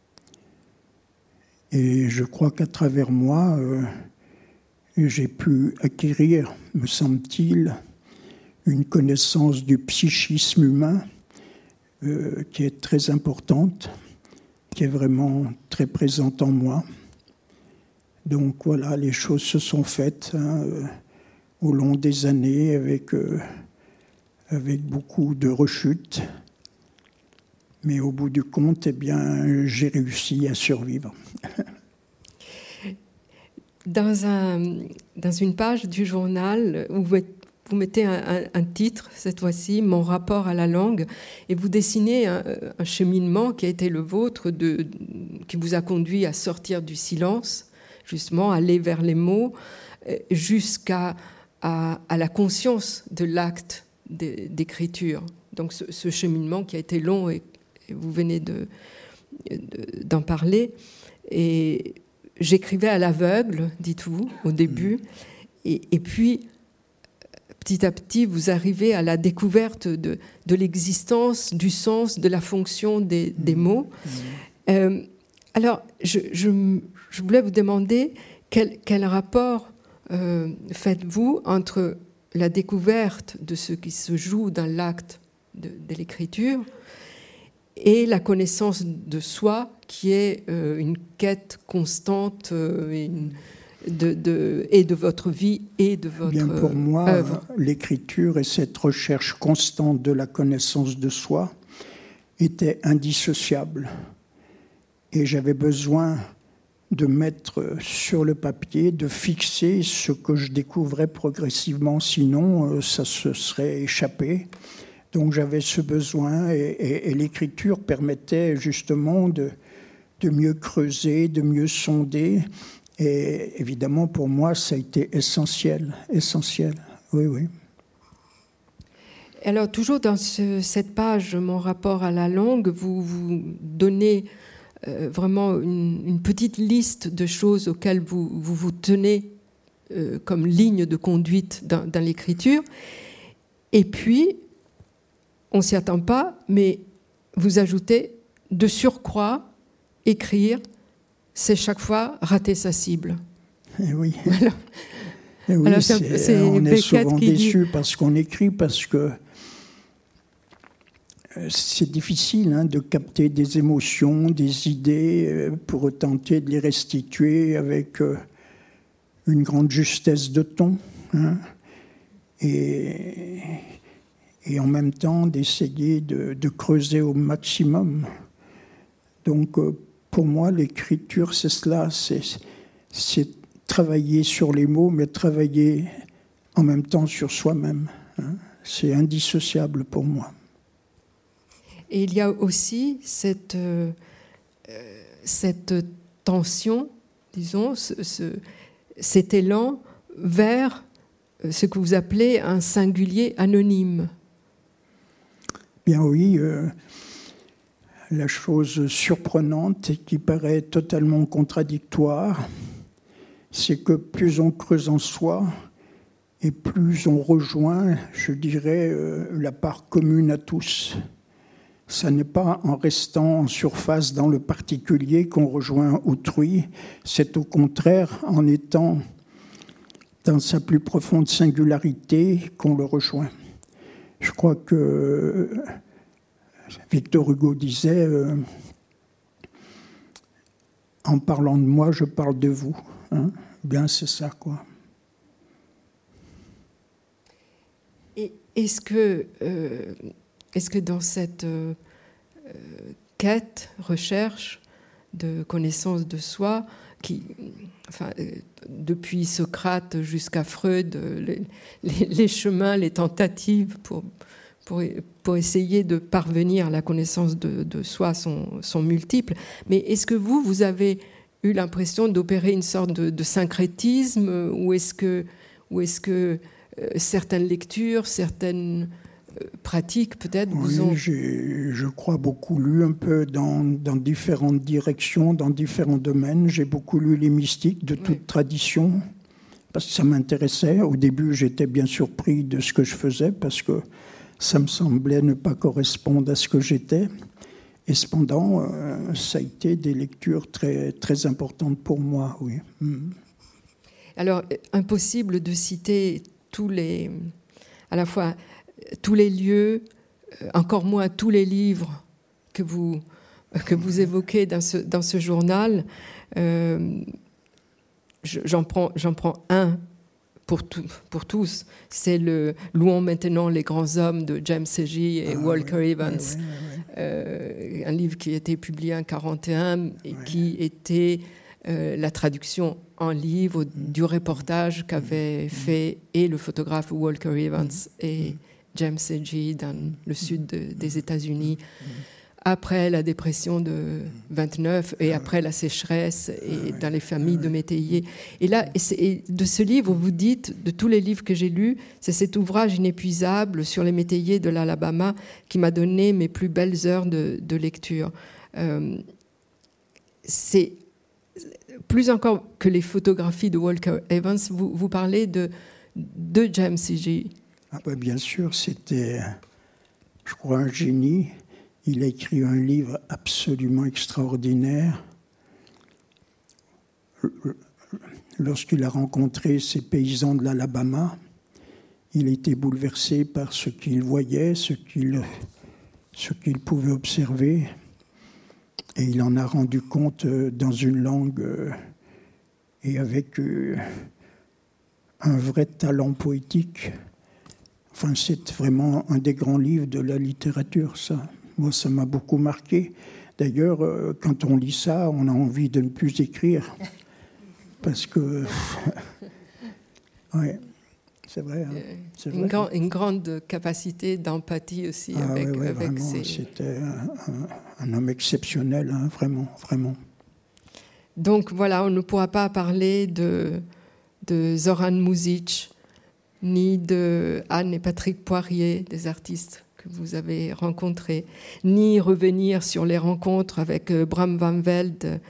[SPEAKER 2] Et je crois qu'à travers moi, j'ai pu acquérir, me semble-t-il, une connaissance du psychisme humain qui est très importante, qui est vraiment très présente en moi. Donc voilà, les choses se sont faites au long des années avec beaucoup de rechutes. Mais au bout du compte, eh bien, j'ai réussi à survivre.
[SPEAKER 1] Dans une page du journal, vous mettez un titre, cette fois-ci, « Mon rapport à la langue », et vous dessinez un cheminement qui a été le vôtre, qui vous a conduit à sortir du silence, justement, aller vers les mots, jusqu'à la conscience de l'acte d'écriture. Donc ce cheminement qui a été long, et vous venez d'en parler. Et j'écrivais à l'aveugle, dites-vous, au début, Et puis, petit à petit, vous arrivez à la découverte de l'existence, du sens, de la fonction des mots. Alors, je voulais vous demander quel rapport faites-vous entre la découverte de ce qui se joue dans l'acte de l'écriture et la connaissance de soi, qui est une quête constante et de votre vie et de votre
[SPEAKER 2] Bien, pour moi,
[SPEAKER 1] œuvre.
[SPEAKER 2] L'écriture et cette recherche constante de la connaissance de soi étaient indissociables. Et j'avais besoin de mettre sur le papier, de fixer ce que je découvrais progressivement, sinon ça se serait échappé. Donc j'avais ce besoin et l'écriture permettait justement de mieux creuser, de mieux sonder. Et évidemment, pour moi, ça a été essentiel. Oui, oui.
[SPEAKER 1] Alors, toujours dans cette page, mon rapport à la langue, vous donnez vraiment une petite liste de choses auxquelles vous tenez comme ligne de conduite dans l'écriture. Et puis, on ne s'y attend pas, mais vous ajoutez de surcroît, écrire, c'est chaque fois rater sa cible.
[SPEAKER 2] Et oui.
[SPEAKER 1] Alors,
[SPEAKER 2] et oui,
[SPEAKER 1] alors
[SPEAKER 2] on est souvent déçu parce qu'on écrit, parce que c'est difficile de capter des émotions, des idées, pour tenter de les restituer avec une grande justesse de ton. Et en même temps d'essayer de creuser au maximum. Donc, pour moi, l'écriture, c'est cela, c'est travailler sur les mots, mais travailler en même temps sur soi-même. C'est indissociable pour moi.
[SPEAKER 1] Et il y a aussi cette tension, disons, cet élan vers ce que vous appelez un singulier anonyme.
[SPEAKER 2] Bien oui, la chose surprenante et qui paraît totalement contradictoire, c'est que plus on creuse en soi et plus on rejoint, je dirais, la part commune à tous. Ça n'est pas en restant en surface dans le particulier qu'on rejoint autrui, c'est au contraire en étant dans sa plus profonde singularité qu'on le rejoint. Je crois que Victor Hugo disait en parlant de moi, je parle de vous. Bien, c'est ça, quoi.
[SPEAKER 1] Et est-ce que dans cette quête, recherche de connaissance de soi, depuis Socrate jusqu'à Freud, les chemins, les tentatives pour essayer de parvenir à la connaissance de soi sont multiples. Mais est-ce que vous avez eu l'impression d'opérer une sorte de syncrétisme, ou est-ce que certaines lectures, certaines pratiques peut-être vous ont...
[SPEAKER 2] J'ai, je crois, beaucoup lu un peu dans différentes directions, dans différents domaines. J'ai beaucoup lu les mystiques de toute tradition, parce que ça m'intéressait. Au début, j'étais bien surpris de ce que je faisais, parce que ça me semblait ne pas correspondre à ce que j'étais. Et cependant, ça a été des lectures très, très importantes pour moi, oui.
[SPEAKER 1] Alors, impossible de citer à la fois tous les lieux, encore moins tous les livres que vous évoquez dans ce journal. J'en prends un pour tous. C'est le Louons maintenant les grands hommes de James Segey et Walker Evans. Un livre qui a été publié en 1941 et qui était la traduction en livre du reportage qu'avaient fait et le photographe Walker Evans et James Segey dans le sud des États-Unis, après la dépression de 29 et après la sécheresse et dans les familles de métayers. Et là, de ce livre, vous dites, de tous les livres que j'ai lus, c'est cet ouvrage inépuisable sur les métayers de l'Alabama qui m'a donné mes plus belles heures de lecture. plus encore que les photographies de Walker Evans, vous parlez de James C.J.
[SPEAKER 2] Ah ben bien sûr, c'était, je crois, un génie. Il a écrit un livre absolument extraordinaire. Lorsqu'il a rencontré ces paysans de l'Alabama, il était bouleversé par ce qu'il voyait, ce qu'il pouvait observer. Et il en a rendu compte dans une langue et avec un vrai talent poétique. Enfin, c'est vraiment un des grands livres de la littérature, ça. Moi, ça m'a beaucoup marqué. D'ailleurs, quand on lit ça, on a envie de ne plus écrire. Parce que... ouais, c'est vrai. Hein, c'est vrai.
[SPEAKER 1] Une grande capacité d'empathie aussi avec
[SPEAKER 2] vraiment,
[SPEAKER 1] ces...
[SPEAKER 2] C'était un homme exceptionnel, hein, vraiment, vraiment.
[SPEAKER 1] Donc voilà, on ne pourra pas parler de Zoran Muzic, ni de Anne et Patrick Poirier, des artistes que vous avez rencontrés, ni revenir sur les rencontres avec Bram Van Velde,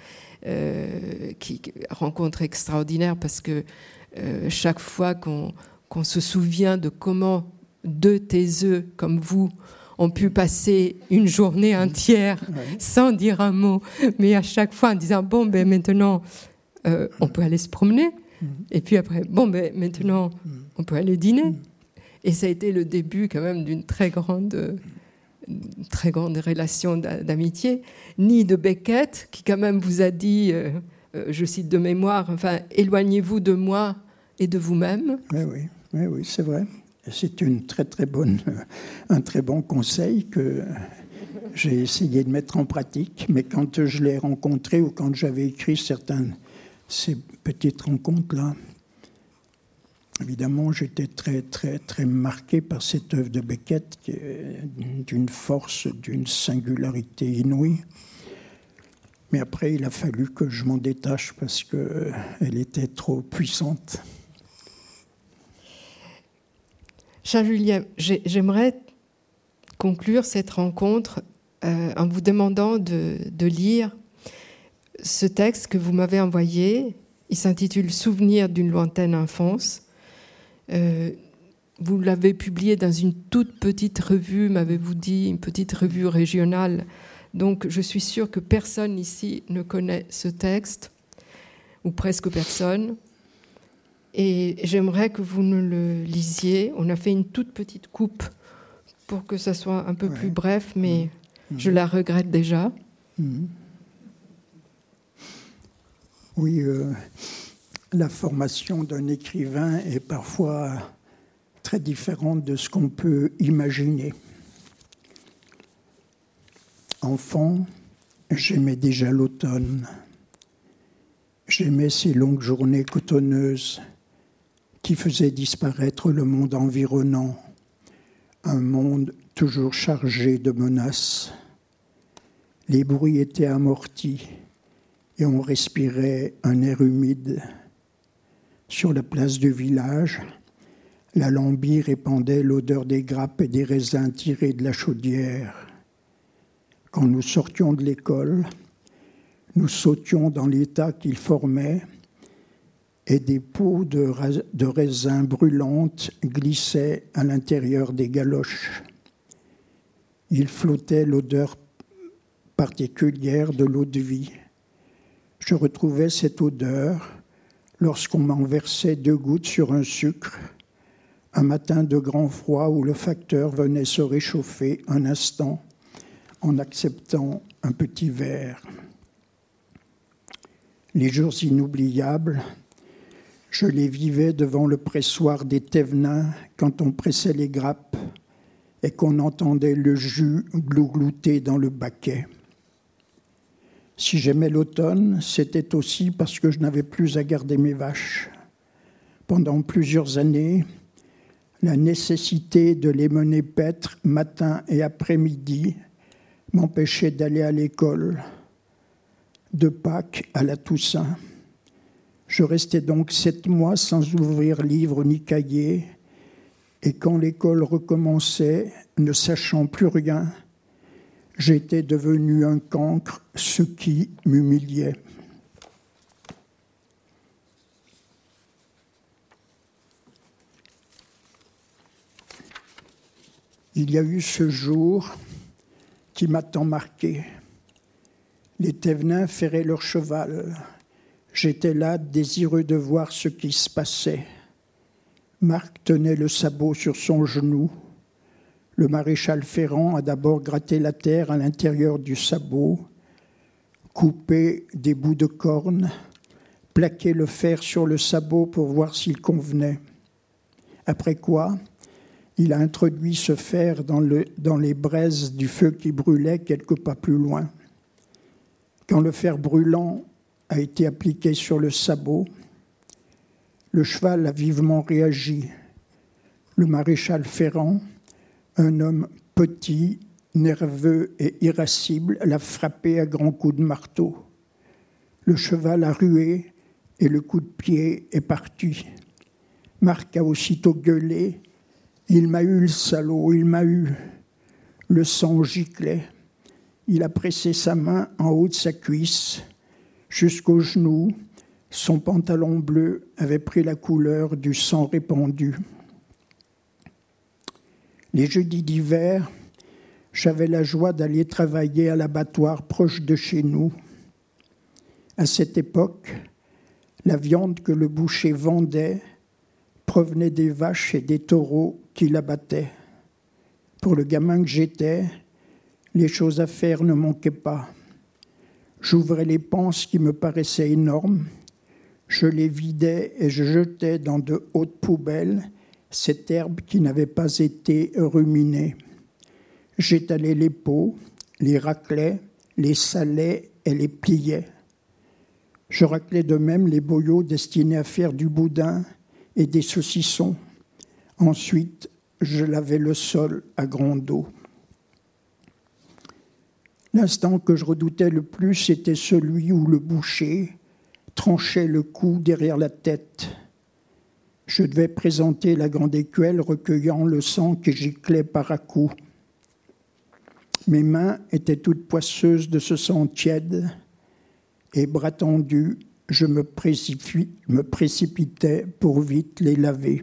[SPEAKER 1] qui rencontre extraordinaire parce que chaque fois qu'on se souvient de comment deux taiseux comme vous ont pu passer une journée entière sans dire un mot, mais à chaque fois en disant bon ben maintenant on peut aller se promener. Et puis après, bon, ben, maintenant, on peut aller dîner. Et ça a été le début quand même d'une très grande relation d'amitié. Ni de Beckett, qui quand même vous a dit, je cite de mémoire, enfin, éloignez-vous de moi et de vous-même.
[SPEAKER 2] Oui, c'est vrai. C'est un très bon conseil que j'ai essayé de mettre en pratique. Mais quand je l'ai rencontré ou quand j'avais écrit ces petites rencontres-là, évidemment, j'étais très marqué par cette œuvre de Beckett, qui est d'une force, d'une singularité inouïe. Mais après, il a fallu que je m'en détache parce qu'elle était trop puissante.
[SPEAKER 1] Cher Julien, j'aimerais conclure cette rencontre en vous demandant de lire ce texte que vous m'avez envoyé. Il s'intitule « Souvenir d'une lointaine enfance ». Vous l'avez publié dans une toute petite revue, m'avez-vous dit, une petite revue régionale. Donc je suis sûre que personne ici ne connaît ce texte, ou presque personne. Et j'aimerais que vous nous le lisiez. On a fait une toute petite coupe pour que ça soit un peu plus bref, mais je la regrette déjà.
[SPEAKER 2] Oui, la formation d'un écrivain est parfois très différente de ce qu'on peut imaginer. Enfant, j'aimais déjà l'automne. J'aimais ces longues journées cotonneuses qui faisaient disparaître le monde environnant, un monde toujours chargé de menaces. Les bruits étaient amortis et on respirait un air humide. Sur la place du village, la lambie répandait l'odeur des grappes et des raisins tirés de la chaudière. Quand nous sortions de l'école, nous sautions dans l'état qu'ils formaient et des peaux de raisins brûlantes glissaient à l'intérieur des galoches. Il flottait l'odeur particulière de l'eau-de-vie. Je retrouvais cette odeur lorsqu'on m'en versait 2 gouttes sur un sucre, un matin de grand froid où le facteur venait se réchauffer un instant en acceptant un petit verre. Les jours inoubliables, je les vivais devant le pressoir des Thévenins quand on pressait les grappes et qu'on entendait le jus glouglouter dans le baquet. Si j'aimais l'automne, c'était aussi parce que je n'avais plus à garder mes vaches. Pendant plusieurs années, la nécessité de les mener paître matin et après-midi m'empêchait d'aller à l'école, de Pâques à la Toussaint. Je restais donc 7 mois sans ouvrir livre ni cahier, et quand l'école recommençait, ne sachant plus rien, j'étais devenu un cancre, ce qui m'humiliait. Il y a eu ce jour qui m'a tant marqué. Les Thévenins ferraient leur cheval. J'étais là, désireux de voir ce qui se passait. Marc tenait le sabot sur son genou. Le maréchal Ferrand a d'abord gratté la terre à l'intérieur du sabot, coupé des bouts de corne, plaqué le fer sur le sabot pour voir s'il convenait. Après quoi, il a introduit ce fer dans les braises du feu qui brûlait quelques pas plus loin. Quand le fer brûlant a été appliqué sur le sabot, le cheval a vivement réagi. Le maréchal Ferrand, un homme petit, nerveux et irascible, l'a frappé à grands coups de marteau. Le cheval a rué et le coup de pied est parti. Marc a aussitôt gueulé. « Il m'a eu, le salaud, il m'a eu !» Le sang giclait. Il a pressé sa main en haut de sa cuisse, jusqu'au genou. Son pantalon bleu avait pris la couleur du sang répandu. Les jeudis d'hiver, j'avais la joie d'aller travailler à l'abattoir proche de chez nous. À cette époque, la viande que le boucher vendait provenait des vaches et des taureaux qui l'abattaient. Pour le gamin que j'étais, les choses à faire ne manquaient pas. J'ouvrais les panses qui me paraissaient énormes, je les vidais et je jetais dans de hautes poubelles cette herbe qui n'avait pas été ruminée. J'étalais les pots, les raclais, les salais et les pliais. Je raclais de même les boyaux destinés à faire du boudin et des saucissons. Ensuite, je lavais le sol à grande eau. L'instant que je redoutais le plus était celui où le boucher tranchait le cou derrière la tête. Je devais présenter la grande écuelle recueillant le sang qui giclait par à coups. Mes mains étaient toutes poisseuses de ce sang tiède et, bras tendus, je me précipitais pour vite les laver.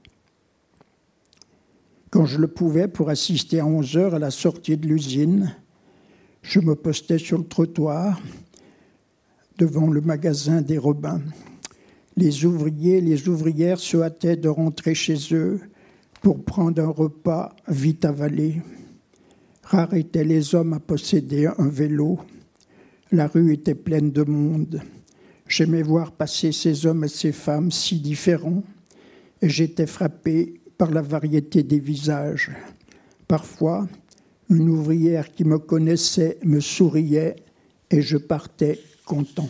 [SPEAKER 2] Quand je le pouvais, pour assister à 11 heures à la sortie de l'usine, je me postais sur le trottoir devant le magasin des Robins. Les ouvriers et les ouvrières se hâtaient de rentrer chez eux pour prendre un repas vite avalé. Rares étaient les hommes à posséder un vélo. La rue était pleine de monde. J'aimais voir passer ces hommes et ces femmes si différents et j'étais frappé par la variété des visages. Parfois, une ouvrière qui me connaissait me souriait et je partais content.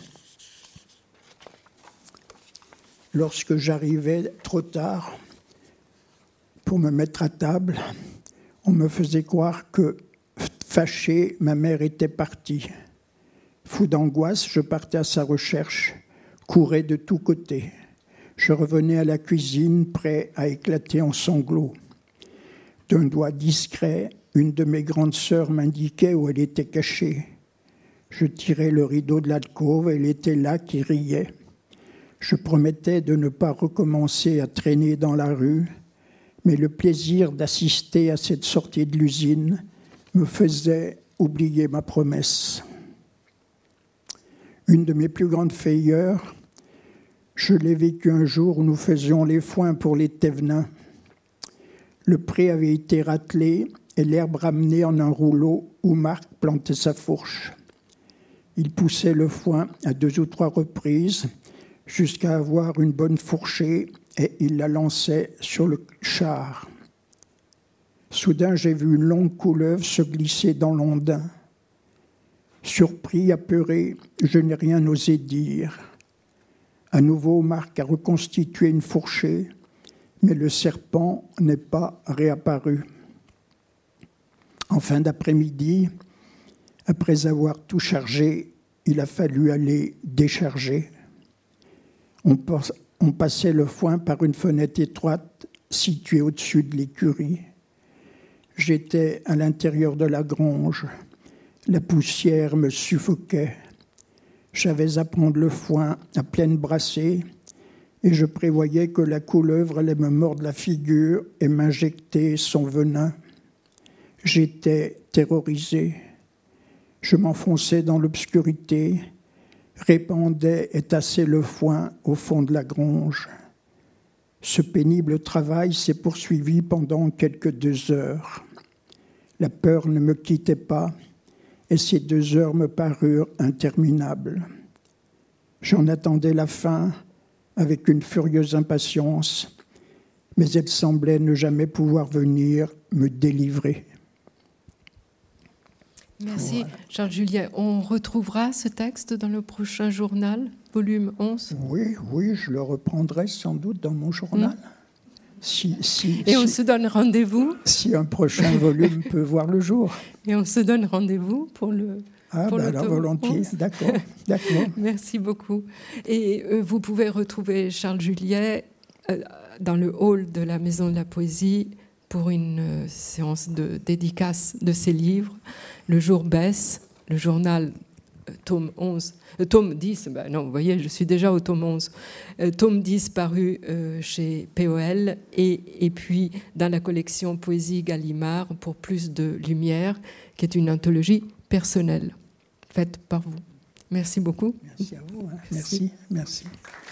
[SPEAKER 2] Lorsque j'arrivais trop tard pour me mettre à table, on me faisait croire que, fâchée, ma mère était partie. Fou d'angoisse, je partais à sa recherche, courais de tous côtés. Je revenais à la cuisine, prêt à éclater en sanglots. D'un doigt discret, une de mes grandes sœurs m'indiquait où elle était cachée. Je tirais le rideau de l'alcôve, elle était là qui riait. Je promettais de ne pas recommencer à traîner dans la rue, mais le plaisir d'assister à cette sortie de l'usine me faisait oublier ma promesse. Une de mes plus grandes frayeurs, je l'ai vécue un jour où nous faisions les foins pour les Thévenins. Le pré avait été ratelé et l'herbe ramenée en un rouleau où Marc plantait sa fourche. Il poussait le foin à 2 ou 3 reprises jusqu'à avoir une bonne fourchée et il la lançait sur le char. Soudain, j'ai vu une longue couleuvre se glisser dans l'ondin. Surpris, apeuré, je n'ai rien osé dire. À nouveau, Marc a reconstitué une fourchée, mais le serpent n'est pas réapparu. En fin d'après-midi, après avoir tout chargé, il a fallu aller décharger. On passait le foin par une fenêtre étroite située au-dessus de l'écurie. J'étais à l'intérieur de la grange. La poussière me suffoquait. J'avais à prendre le foin à pleine brassée et je prévoyais que la couleuvre allait me mordre la figure et m'injecter son venin. J'étais terrorisé. Je m'enfonçais dans l'obscurité, répandais et tassais le foin au fond de la gronge. Ce pénible travail s'est poursuivi pendant quelques 2 heures. La peur ne me quittait pas et ces 2 heures me parurent interminables. J'en attendais la fin avec une furieuse impatience, mais elle semblait ne jamais pouvoir venir me délivrer.
[SPEAKER 1] Merci,
[SPEAKER 2] Voilà.
[SPEAKER 1] Charles Julien. On retrouvera ce texte dans le prochain journal, volume 11.
[SPEAKER 2] Oui, je le reprendrai sans doute dans mon journal.
[SPEAKER 1] Et on se donne rendez-vous.
[SPEAKER 2] Si un prochain volume peut voir le jour.
[SPEAKER 1] Et on se donne rendez-vous pour le... pour le
[SPEAKER 2] alors
[SPEAKER 1] tome
[SPEAKER 2] volontiers,
[SPEAKER 1] 11.
[SPEAKER 2] d'accord.
[SPEAKER 1] Merci beaucoup. Et vous pouvez retrouver Charles Julien dans le hall de la Maison de la Poésie pour une séance de dédicace de ses livres. Le jour baisse, le journal tome 10, non, vous voyez, je suis déjà au tome 11. Tome 10 paru chez POL et puis dans la collection Poésie Gallimard pour plus de lumière, qui est une anthologie personnelle faite par vous. Merci beaucoup.
[SPEAKER 2] Merci à vous. Merci.